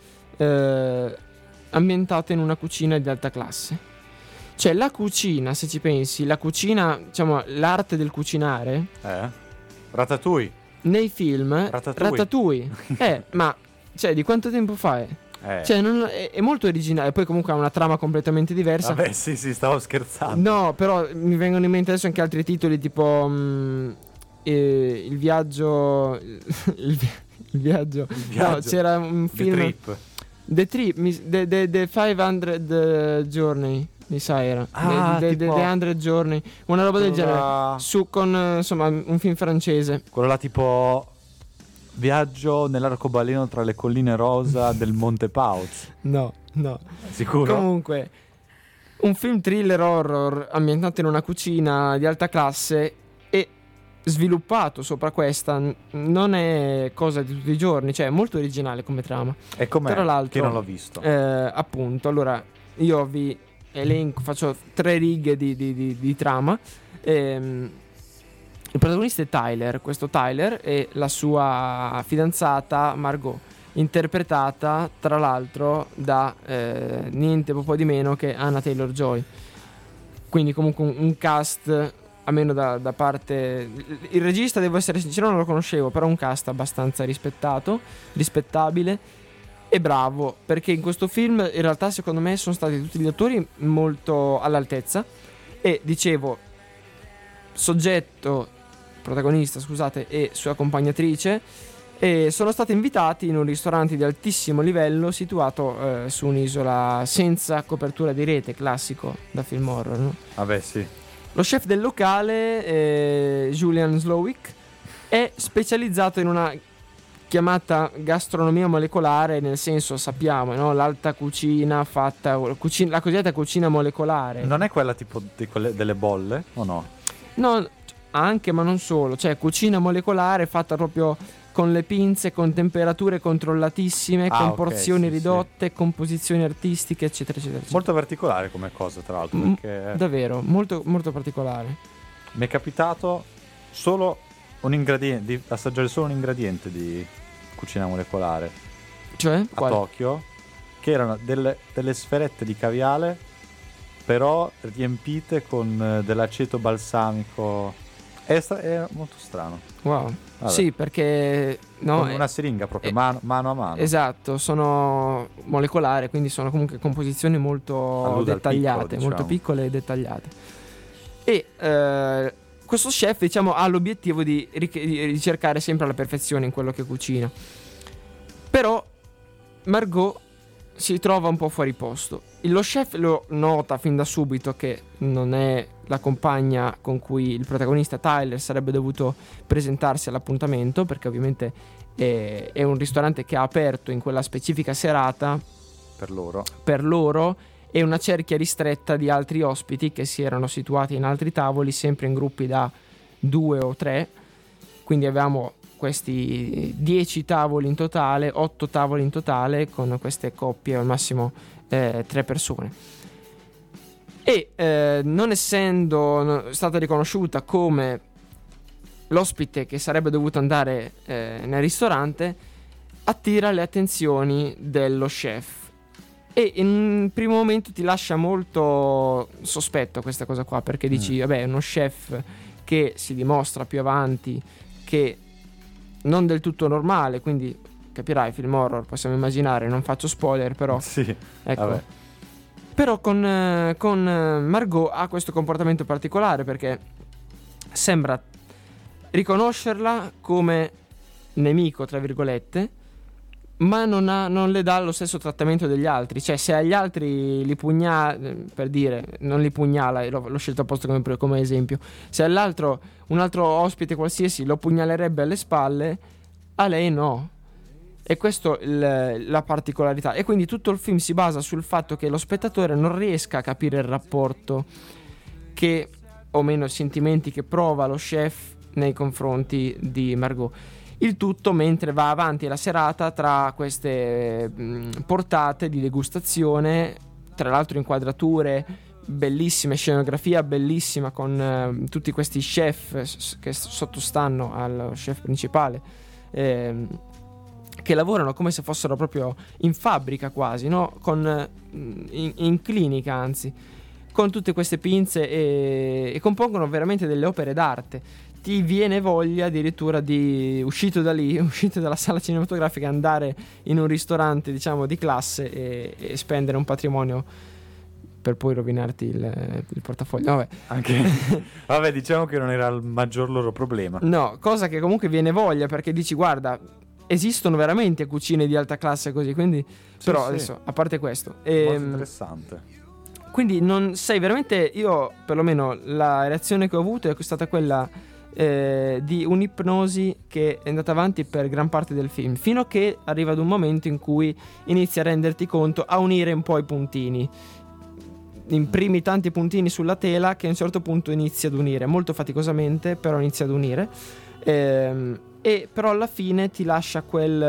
ambientato in una cucina di alta classe. Cioè la cucina, se ci pensi, la cucina, diciamo, l'arte del cucinare, Ratatouille. nei film Ratatouille. Ma cioè di quanto tempo fa è? Cioè è molto originale, poi comunque ha una trama completamente diversa. Vabbè, sì, stavo scherzando. No, però mi vengono in mente adesso anche altri titoli, tipo il viaggio il viaggio. No, c'era un film The Trip. The 500 Journey. mi sa era. Tipo- The 100 Journey, una roba del Quello genere. là- Su con insomma un film francese. Quello là tipo viaggio nell'arcobaleno tra le colline rosa del Monte Pauz. No. Sicuro? Comunque, un film thriller horror ambientato in una cucina di alta classe e sviluppato sopra questa non è cosa di tutti i giorni, cioè è molto originale come trama. E com'è? Tra l'altro, Che non l'ho visto. Appunto, allora io vi elenco, faccio 3 righe di trama. Il protagonista è Tyler, questo Tyler e la sua fidanzata Margot, interpretata tra l'altro da niente po' di meno che Anna Taylor-Joy. Quindi comunque un cast, almeno da parte... Il regista, devo essere sincero, non lo conoscevo, però un cast abbastanza rispettabile e bravo, perché in questo film in realtà secondo me sono stati tutti gli attori molto all'altezza. E dicevo, soggetto, protagonista scusate, e sua accompagnatrice sono stati invitati in un ristorante di altissimo livello situato su un'isola senza copertura di rete, classico da film horror, no? Vabbè, sì. Lo chef del locale, Julian Slowick, è specializzato in una chiamata gastronomia molecolare, nel senso, sappiamo, no? L'alta cucina fatta, la cosiddetta cucina molecolare. Non è quella tipo delle bolle, o no? No, anche, ma non solo, cioè cucina molecolare fatta proprio con le pinze, con temperature controllatissime, con ok, porzioni sì, ridotte, composizioni artistiche, eccetera, eccetera, eccetera. Molto particolare come cosa, tra l'altro, perché Davvero, molto, molto particolare. mi è capitato solo un ingrediente, di assaggiare solo un ingrediente di cucina molecolare Cioè? a Tokyo, che erano delle sferette di caviale, però riempite con dell'aceto balsamico. È molto strano. Wow. Vabbè. Sì, perché no, Con una siringa proprio, mano a mano. esatto, sono molecolari, quindi sono comunque composizioni molto Allude al dettagliate, piccolo, molto diciamo. piccole e dettagliate. E questo chef, diciamo, ha l'obiettivo di ricercare sempre la perfezione in quello che cucina. Però Margot si trova un po' fuori posto. Lo chef lo nota fin da subito che non è la compagna con cui il protagonista Tyler sarebbe dovuto presentarsi all'appuntamento, perché ovviamente è un ristorante che ha aperto in quella specifica serata per loro e una cerchia ristretta di altri ospiti che si erano situati in altri tavoli, sempre in gruppi da 2 o 3. Quindi avevamo questi 10 tavoli in totale, 8 tavoli in totale, con queste coppie, al massimo 3 persone. E non essendo stata riconosciuta come l'ospite che sarebbe dovuto andare nel ristorante, attira le attenzioni dello chef. E in un primo momento ti lascia molto sospetto questa cosa qua, perché dici, vabbè, è uno chef che si dimostra più avanti che non del tutto normale, quindi capirai, film horror, possiamo immaginare, non faccio spoiler, però Sì, ecco. vabbè. Però con Margot ha questo comportamento particolare, perché sembra riconoscerla come nemico, tra virgolette, ma non le dà lo stesso trattamento degli altri. Cioè, se agli altri li pugnala, per dire, non li pugnala, l'ho scelto apposta come esempio, se all'altro, un altro ospite qualsiasi lo pugnalerebbe alle spalle, a lei no. E questa è la particolarità. E quindi tutto il film si basa sul fatto che lo spettatore non riesca a capire il rapporto che, o meno i sentimenti che prova lo chef nei confronti di Margot. Il tutto mentre va avanti la serata tra queste portate di degustazione, tra l'altro inquadrature bellissime, scenografia bellissima, con tutti questi chef che sottostanno al chef principale, che lavorano come se fossero proprio in fabbrica quasi, no? In clinica, anzi, con tutte queste pinze e compongono veramente delle opere d'arte. Ti viene voglia addirittura di, uscito dalla sala cinematografica, andare in un ristorante, diciamo, di classe e spendere un patrimonio per poi rovinarti il portafoglio. Vabbè. Vabbè, diciamo che non era il maggior loro problema. No, cosa che comunque viene voglia, perché dici, guarda, esistono veramente cucine di alta classe così, quindi sì, però sì. Adesso, a parte questo, molto interessante. Quindi non sei veramente, io perlomeno la reazione che ho avuto è stata quella di un'ipnosi che è andata avanti per gran parte del film, fino a che arriva ad un momento in cui inizi a renderti conto, a unire un po' i puntini, imprimi tanti puntini sulla tela che a un certo punto inizi ad unire, molto faticosamente, però inizi ad unire, e però alla fine ti lascia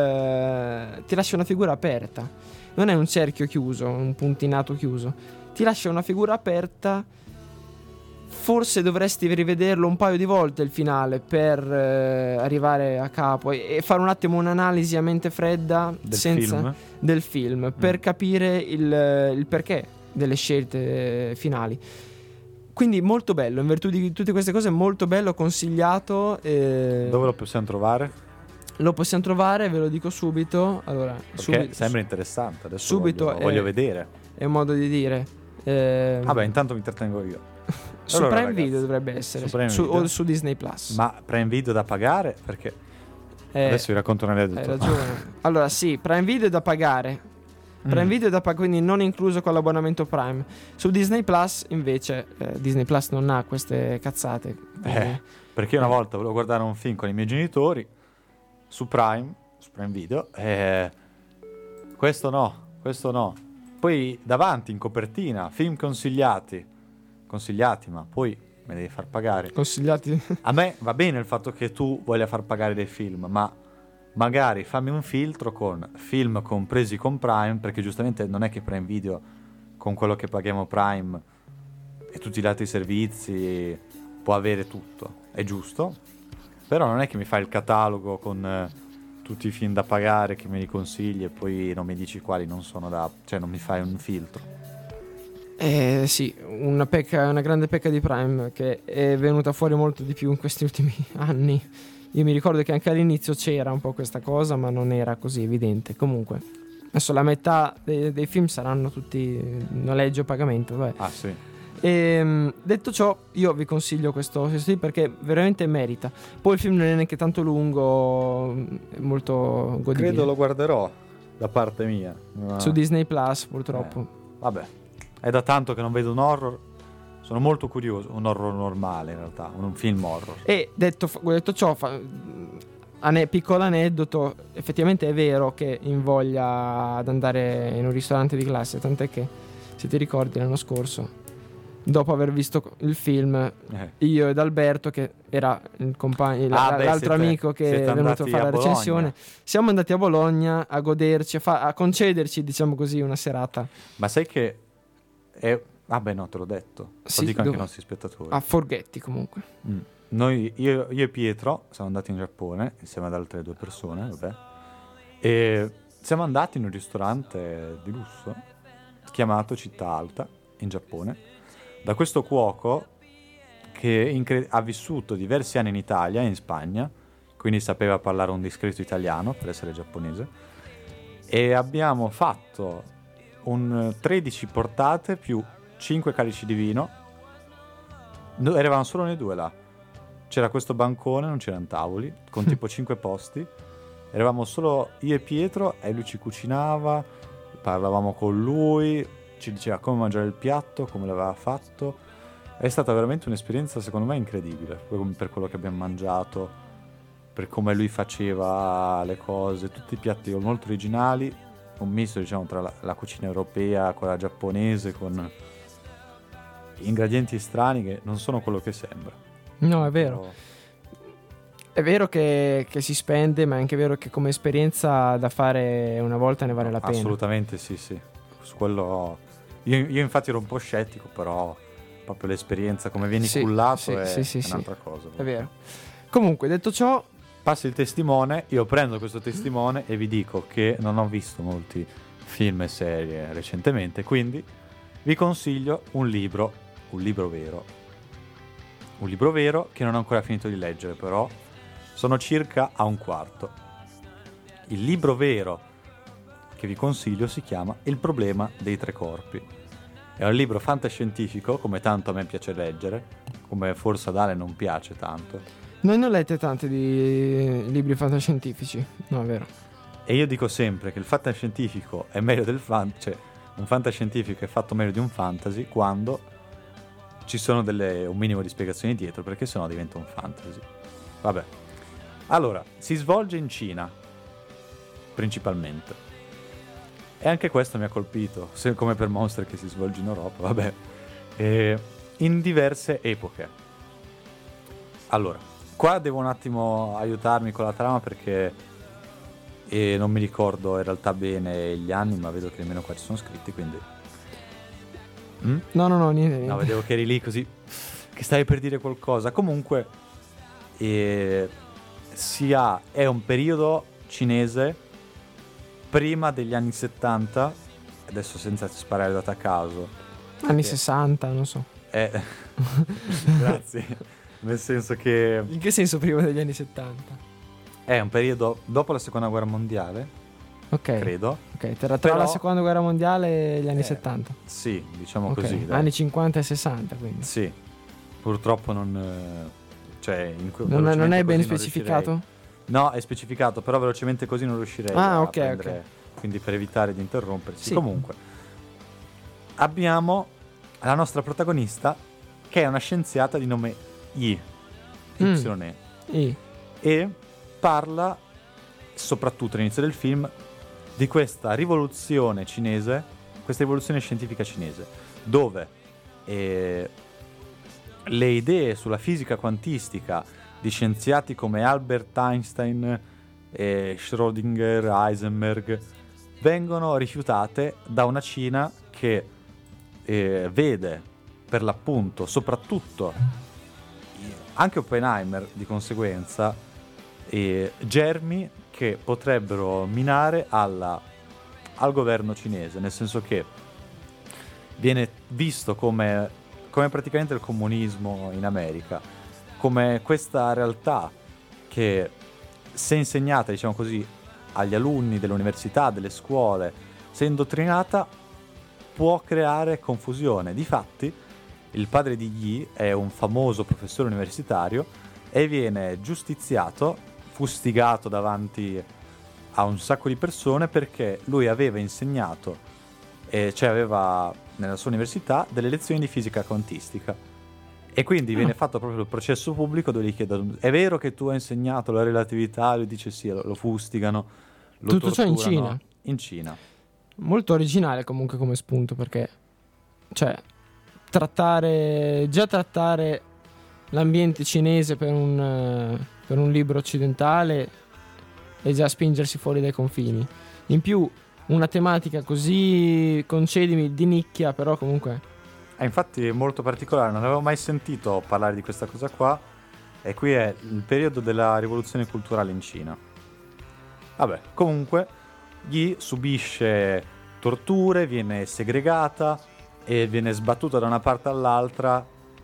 una figura aperta, non è un cerchio chiuso, un puntinato chiuso, ti lascia una figura aperta. Forse dovresti rivederlo un paio di volte il finale per arrivare a capo e fare un attimo un'analisi a mente fredda del film per capire il perché delle scelte finali. Quindi molto bello, in virtù di tutte queste cose, molto bello, consigliato. Dove lo possiamo trovare? Lo possiamo trovare, ve lo dico subito. Allora, perché sembra interessante. Adesso subito voglio vedere. È un modo di dire. Vabbè, intanto mi intrattengo io. Su allora, Prime ragazzi, Video dovrebbe essere o su Disney Plus. Ma Prime Video da pagare? Perché adesso vi racconto un aneddoto. Hai ragione. Allora sì, Prime Video è da pagare. Prime Video è da pagare, quindi non incluso con l'abbonamento Prime. Su Disney Plus invece Disney Plus non ha queste cazzate. Perché una volta volevo guardare un film con i miei genitori su Prime Video, questo no. Poi davanti in copertina film consigliati, ma poi me devi far pagare. Consigliati? A me va bene il fatto che tu voglia far pagare dei film, ma magari fammi un filtro con film compresi con Prime, perché giustamente non è che Prime Video con quello che paghiamo Prime e tutti gli altri servizi può avere tutto, è giusto, però non è che mi fai il catalogo con tutti i film da pagare che me li consigli e poi non mi dici quali non sono cioè non mi fai un filtro. Sì, una grande pecca di Prime che è venuta fuori molto di più in questi ultimi anni. Io mi ricordo che anche all'inizio c'era un po' questa cosa, ma non era così evidente. Comunque, adesso la metà dei film saranno tutti noleggio pagamento. Vabbè. Ah sì. Detto ciò, io vi consiglio questo film perché veramente merita. Poi il film non è neanche tanto lungo, è molto godibile. Credo lo guarderò da parte mia. Su Disney Plus, purtroppo. Vabbè. È da tanto che non vedo un horror. Sono molto curioso. Un horror normale, in realtà. Un film horror. E detto ciò, piccolo aneddoto, effettivamente è vero che invoglia ad andare in un ristorante di classe. Tant'è che, se ti ricordi, l'anno scorso, dopo aver visto il film, io ed Alberto, che era il compagno, l'altro amico che è venuto a fare la recensione, siamo andati a Bologna a goderci, a concederci, diciamo così, una serata. Ma sai che vabbè, no, te l'ho detto. Sì, lo dico anche ai nostri spettatori. A Forghetti, comunque. Io e Pietro siamo andati in Giappone insieme ad altre 2 persone, vabbè. E siamo andati in un ristorante di lusso chiamato Città Alta in Giappone, da questo cuoco che ha vissuto diversi anni in Italia e in Spagna, quindi sapeva parlare un discreto italiano per essere giapponese, e abbiamo fatto un 13 portate più 5 calici di vino. Eravamo solo noi 2 là, c'era questo bancone, non c'erano tavoli, con tipo 5 posti, eravamo solo io e Pietro e lui ci cucinava, parlavamo con lui, ci diceva come mangiare il piatto, come l'aveva fatto. È stata veramente un'esperienza secondo me incredibile per quello che abbiamo mangiato, per come lui faceva le cose, tutti i piatti molto originali, un misto diciamo tra la cucina europea, quella giapponese, con ingredienti strani che non sono quello che sembra. No, è vero. Però... È vero che si spende, ma è anche vero che come esperienza da fare una volta ne vale la pena. Assolutamente sì. Su quello io infatti ero un po' scettico, però proprio l'esperienza, come vieni cullato è un'altra cosa. È vero. Comunque, detto ciò, passi il testimone, io prendo questo testimone e vi dico che non ho visto molti film e serie recentemente, quindi vi consiglio un libro vero che non ho ancora finito di leggere, però sono circa a un quarto. Il libro vero che vi consiglio si chiama Il problema dei 3 corpi. È un libro fantascientifico, come tanto a me piace leggere, come forse ad Ale non piace tanto. Noi non lette tanti di libri fantascientifici, no, è vero. E io dico sempre che il fantascientifico è meglio del un fantascientifico è fatto meglio di un fantasy quando ci sono un minimo di spiegazioni dietro, perché sennò diventa un fantasy. Vabbè. Allora, si svolge in Cina, principalmente. E anche questo mi ha colpito, come per Monster che si svolge in Europa, vabbè. In diverse epoche. Allora, qua devo un attimo aiutarmi con la trama perché non mi ricordo in realtà bene gli anni, ma vedo che nemmeno qua ci sono scritti, quindi... No, niente. No, vedevo che eri lì così, che stavi per dire qualcosa. Comunque, è un periodo cinese perima degli anni 70, adesso senza sparare data a caso. Anni 60, non so. Grazie. Nel senso che... In che senso prima degli anni 70? È un periodo dopo la seconda guerra mondiale, Ok. credo. Ok, tra Però- la seconda guerra mondiale e gli anni 70. Sì, diciamo Ok, così. dai. anni 50 e 60, quindi. Sì, purtroppo non... cioè, Non è velocemente ben così non specificato? riuscirei. No, è specificato, però velocemente così non riuscirei a Ok, prendere. Quindi per evitare di interrompersi. Sì. Comunque, abbiamo la nostra protagonista che è una scienziata di nome Yi. YE. I. E parla, soprattutto all'inizio del film, di questa rivoluzione cinese, questa rivoluzione scientifica cinese, dove le idee sulla fisica quantistica di scienziati come Albert Einstein, Schrödinger, Heisenberg, vengono rifiutate da una Cina che vede per l'appunto, soprattutto anche Oppenheimer di conseguenza, germi che potrebbero minare al governo cinese, nel senso che viene visto come praticamente il comunismo in America, come questa realtà che, se insegnata, diciamo così, agli alunni dell'università, delle scuole, se indottrinata, può creare confusione. Difatti, il padre di Yi è un famoso professore universitario e viene giustiziato, fustigato davanti a un sacco di persone perché lui aveva insegnato, cioè aveva nella sua università delle lezioni di fisica quantistica. E quindi viene fatto proprio il processo pubblico dove gli chiedono: è vero che tu hai insegnato la relatività? Lui dice sì, lo fustigano, lo Tutto ciò in torturano. Cina? In Cina. Molto originale comunque come spunto, perché cioè trattare l'ambiente cinese per un libro occidentale è già spingersi fuori dai confini. In più una tematica così, concedimi, di nicchia, però comunque Infatti è molto particolare, non avevo mai sentito parlare di questa cosa qua. E qui è il periodo della rivoluzione culturale in Cina. Vabbè, comunque Yi subisce torture, viene segregata e viene sbattuta da una parte all'altra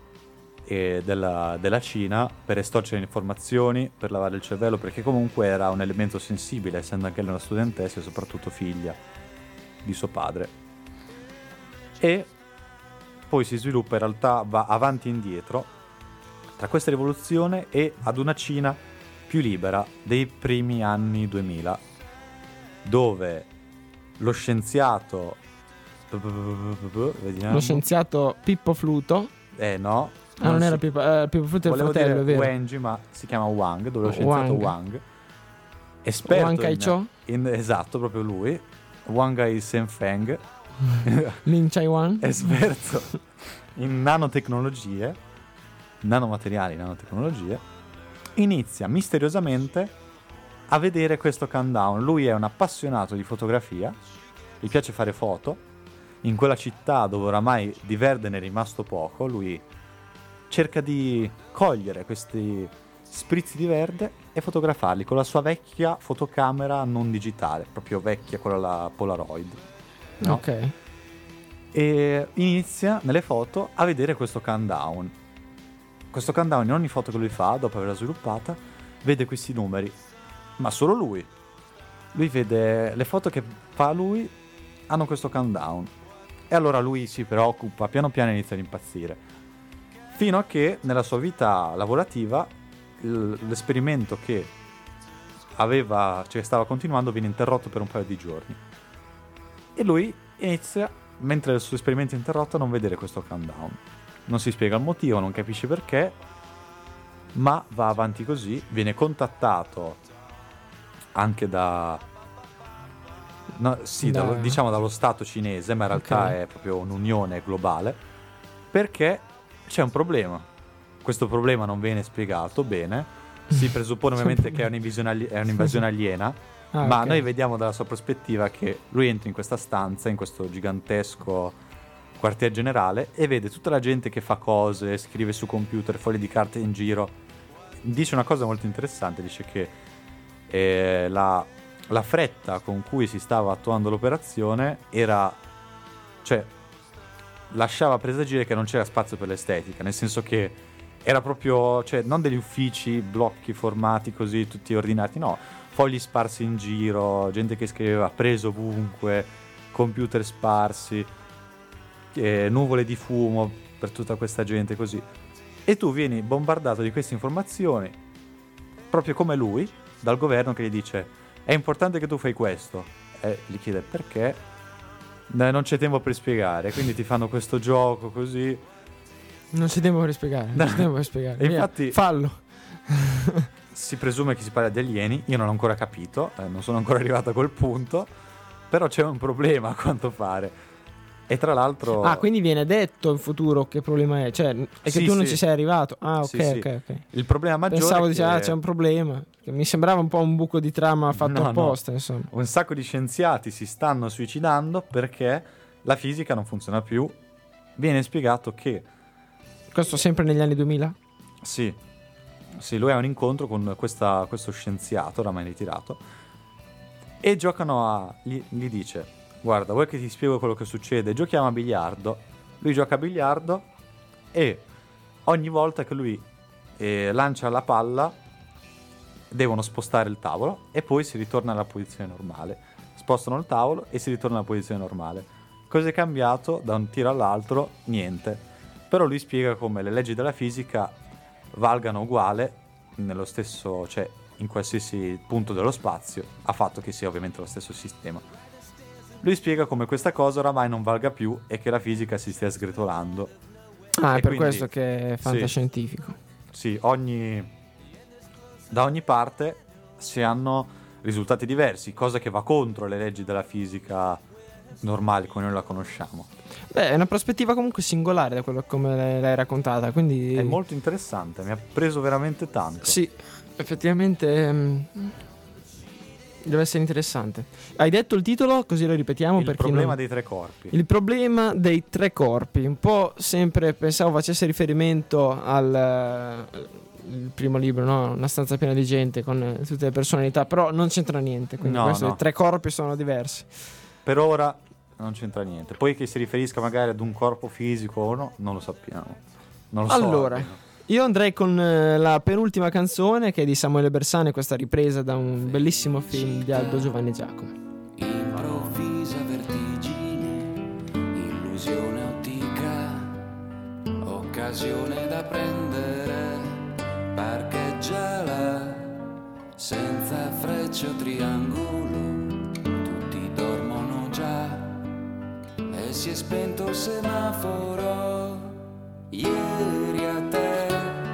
della Cina per estorcere informazioni, per lavare il cervello, perché comunque era un elemento sensibile, essendo anche lei una studentessa e soprattutto figlia di suo padre. E poi si sviluppa, in realtà va avanti e indietro tra questa rivoluzione e ad una Cina più libera dei primi anni 2000, dove lo scienziato vediamo. lo scienziato Pippo Fluto, No, non era Pippo Fluto, è il volevo fratello, dire è vero. Wenji, ma si chiama Wang, dove lo scienziato Wang, esperto Wang Kai-cho? esatto, proprio lui, Wang Kai Senfeng, Lin Chai-wan. esperto in nanotecnologie, nanomateriali, nanotecnologie, inizia misteriosamente a vedere questo countdown. Lui è un appassionato di fotografia, gli piace fare foto. In quella città dove oramai di verde ne è rimasto poco, lui cerca di cogliere questi sprizzi di verde e fotografarli con la sua vecchia fotocamera non digitale, proprio vecchia, quella la Polaroid, no? Ok. E inizia nelle foto a vedere questo countdown. Questo countdown, in ogni foto che lui fa, dopo averla sviluppata, vede questi numeri. Ma solo lui. Lui vede le foto che fa lui, hanno questo countdown. E allora lui si preoccupa, piano piano inizia ad impazzire. Fino a che nella sua vita lavorativa l'esperimento che stava continuando viene interrotto per un paio di giorni. E lui inizia mentre il suo esperimento è interrotto, a non vedere questo countdown. Non si spiega il motivo, non capisce perché, ma va avanti così. Viene contattato anche diciamo dallo Stato cinese, ma in realtà è proprio un'unione globale, perché c'è un problema. Questo problema non viene spiegato bene. Si presuppone ovviamente che è un'invasione aliena, ma noi vediamo dalla sua prospettiva che lui entra in questa stanza, in questo gigantesco quartier generale, e vede tutta la gente che fa cose, scrive su computer, fogli di carte in giro. Dice una cosa molto interessante, dice che la fretta con cui si stava attuando l'operazione lasciava presagire che non c'era spazio per l'estetica, nel senso che era proprio, non degli uffici, blocchi formati così, tutti ordinati, no, fogli sparsi in giro, gente che scriveva preso ovunque, computer sparsi, nuvole di fumo per tutta questa gente così. E tu vieni bombardato di queste informazioni, proprio come lui, dal governo che gli dice è importante che tu fai questo, e gli chiede perché, non c'è tempo per spiegare, quindi ti fanno questo gioco così. Non c'è tempo per spiegare. E infatti fallo. Si presume che si parli di alieni, io non ho ancora capito, non sono ancora arrivato a quel punto, però c'è un problema a quanto pare. E tra l'altro... quindi viene detto in futuro che problema è, è che tu non ci sei arrivato. Ok. Il problema maggiore pensavo è che... c'è un problema. Che mi sembrava un po' un buco di trama fatto apposta, insomma. Un sacco di scienziati si stanno suicidando perché la fisica non funziona più. Viene spiegato che... Questo sempre negli anni 2000? Sì, lui ha un incontro con questo scienziato oramai ritirato e gli dice: guarda, vuoi che ti spiego quello che succede? Giochiamo a biliardo. Lui gioca a biliardo e ogni volta che lui lancia la palla devono spostare il tavolo e poi si ritorna alla posizione normale. Spostano il tavolo e si ritorna alla posizione normale. Cosa è cambiato da un tiro all'altro? Niente. Però lui spiega come le leggi della fisica valgano uguale nello stesso, in qualsiasi punto dello spazio, a fatto che sia ovviamente lo stesso sistema. Lui spiega come questa cosa oramai non valga più e che la fisica si stia sgretolando. È per quindi, questo che è fantascientifico. Sì, da ogni parte si hanno risultati diversi, cosa che va contro le leggi della fisica normali come noi la conosciamo. È una prospettiva comunque singolare da quello come l'hai raccontata, quindi è molto interessante, mi ha preso veramente tanto. Sì, effettivamente deve essere interessante. Hai detto il titolo, così lo ripetiamo. Il problema dei tre corpi. Il problema dei tre corpi. Un po' sempre pensavo facesse riferimento al il primo libro, no? Una stanza piena di gente con tutte le personalità, però non c'entra niente. Quindi i tre corpi sono diversi. Per ora non c'entra niente. Poi che si riferisca magari ad un corpo fisico o no, non lo sappiamo. Non lo so. Allora, io andrei con la penultima canzone, che è di Samuele Bersani, questa ripresa da un bellissimo film di Aldo Giovanni Giacomo. Improvvisa vertigine, illusione ottica, occasione da prendere, parcheggiala, senza freccia o triangolo, tutti dormono già, e si è spento il semaforo, ieri a te,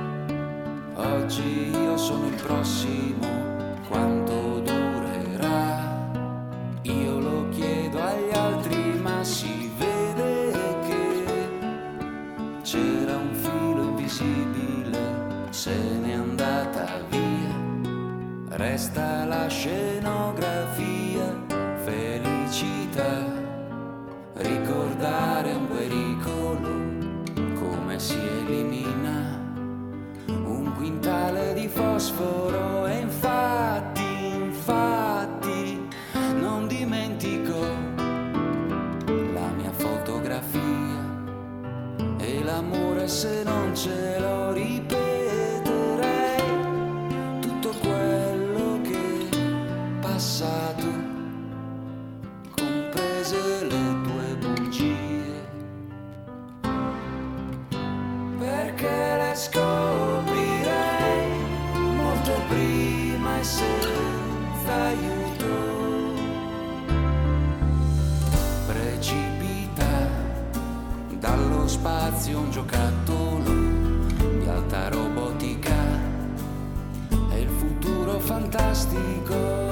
oggi io sono il prossimo, quanto durerà? Io lo chiedo agli altri, ma si vede che c'era un filo invisibile, se n'è andata via, resta la scenografia, felicità, ricordare un pericolo, come si elimina un quintale di fosforo, e infatti non dimentico la mia fotografia, e l'amore se non ce lo ripeterei, tutto quello che è passato, comprese le tue bugie, perché le scoprirei molto prima e senza aiuto, precipitare spazio un giocattolo di alta robotica, è il futuro fantastico.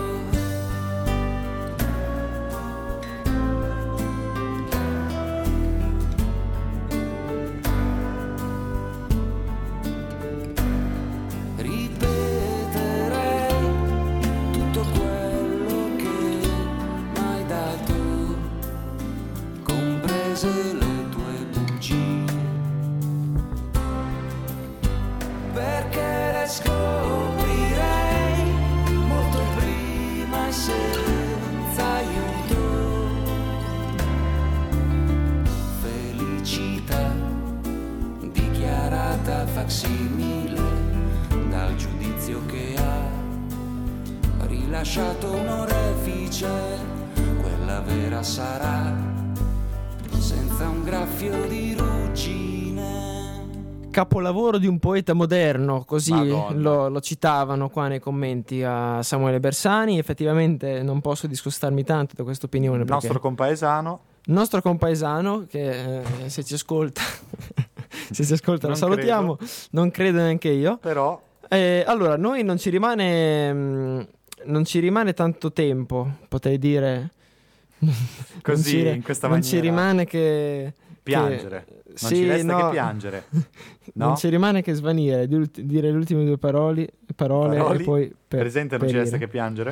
Facsimile dal giudizio che ha rilasciato un orefice, quella vera sarà senza un graffio di ruggine. Capolavoro di un poeta moderno, così Madonna. lo citavano qua nei commenti a Samuele Bersani. Effettivamente non posso discostarmi tanto da questa opinione, Il nostro compaesano che se ci ascolta se ci ascolta lo Non salutiamo, non credo neanche io. però Allora, noi non ci rimane tanto tempo, potrei dire così, non ci, in questa non maniera ci rimane che piangere. Non sì, ci resta no. che piangere. No? Non ci rimane che svanire, dire le ultime due parole e poi presente, non ci resta perire. che piangere.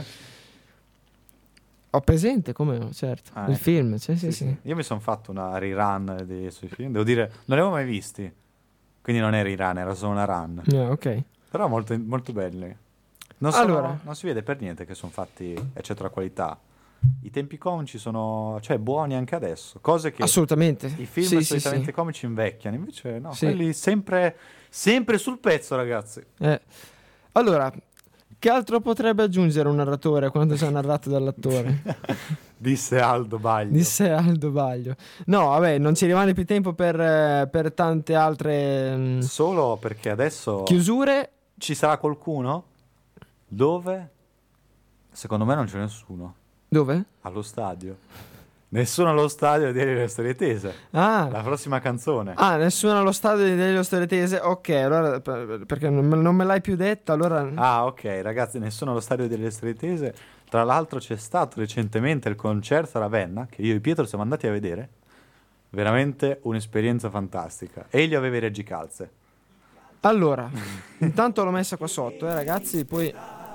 Ho presente, come no, certo. Ah, il ecco. film, sì. Io mi sono fatto una rerun dei suoi film, devo dire, non li avevo mai visti, quindi non è rerun, era solo una run, Ok. però molto, molto belli. Non si vede per niente che sono fatti eccetera la qualità. I tempi comici sono, cioè, buoni anche adesso, cose che Assolutamente. i film Sì, solitamente sì. comici invecchiano, invece no, Sì. quelli sempre sul pezzo, ragazzi. Allora, che altro potrebbe aggiungere un narratore a quanto già narrato dall'attore? Disse Aldo Baglio. Disse Aldo Baglio. No, vabbè, non ci rimane più tempo per tante altre Solo perché adesso chiusure. ci sarà qualcuno dove secondo me non c'è nessuno Dove? allo stadio. Nessuno allo stadio di le storie tese. Ah, La prossima canzone. nessuno allo stadio dello Storie Tese. Ok, allora perché non me l'hai più detta, allora Ah, ok, ragazzi, nessuno allo stadio delle storie tese. Tra l'altro c'è stato recentemente il concerto a Ravenna, che io e Pietro siamo andati a vedere. Veramente un'esperienza fantastica. E gli aveva i reggicalze. Allora, intanto l'ho messa qua sotto, ragazzi, poi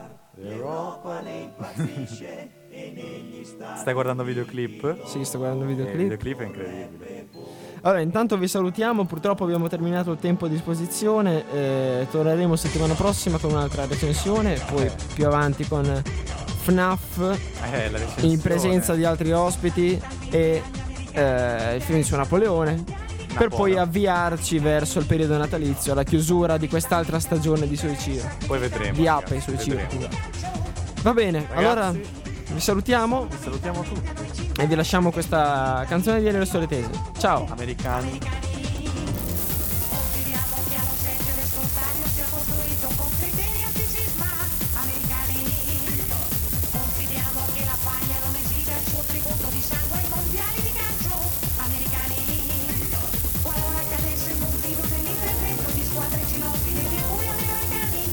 Stai guardando videoclip? sì, sto guardando il Il videoclip. videoclip è incredibile. Allora, intanto vi salutiamo, purtroppo abbiamo terminato il tempo a disposizione, torneremo settimana prossima con un'altra recensione, poi più avanti con FNAF La recensione. in presenza di altri ospiti e il film su Napoleone, per poi avviarci verso il periodo natalizio, alla chiusura di quest'altra stagione di Soiciro, Poi vedremo. di ragazzi, Ape Soiciro. vedremo. Va bene, Ragazzi, allora vi salutiamo vi salutiamo tutti. e vi lasciamo questa canzone di Le Storie Tese. Ciao! Americani. Confidiamo che allo set dello stadio sia costruito con criteri antisisma americani. Confidiamo che la Spagna non esija il suo tributo di sangue ai mondiali di calcio americani. Qualora cadesse il motivo dell'intervento di squadre cinofile di cui americani.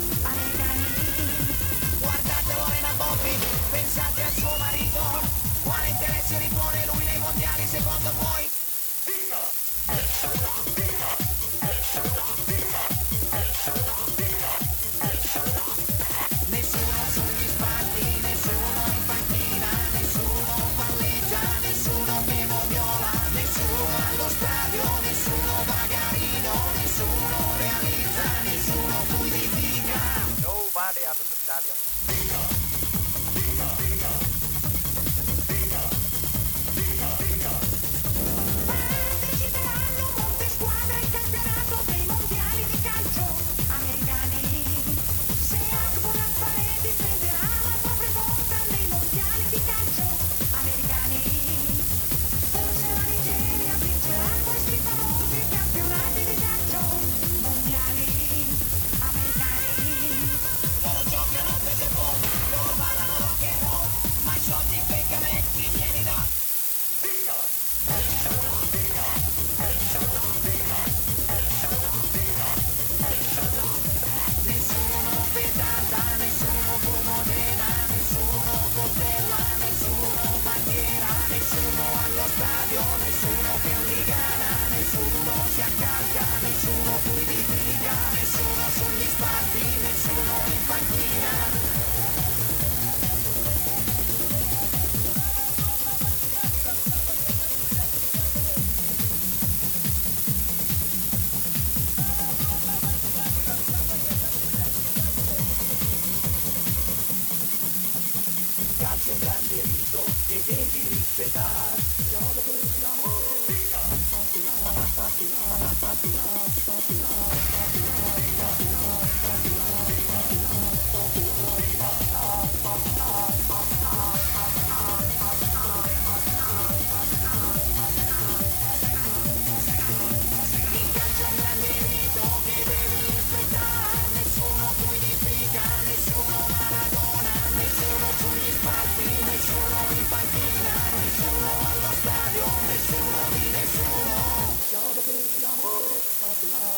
Guardate Lorena Bobbi, pensate al suo marito. Quale interesse ripone lui nei mondiali secondo voi? Nessuno sugli spalti, nessuno in panchina, nessuno palleggia, nessuno che moviola, nessuno allo stadio, nessuno vagarino, nessuno realizza, nessuno fluidifica. Nobody out of the stadium. Parteciperanno molte squadre al campionato dei mondiali di calcio americani. Se Akbor Afare difenderà la propria porta nei mondiali di calcio americani. Forse la Nigeria vincerà questi famosi campionati di calcio mondiali americani. Loro giocano per nessuno di nessuno.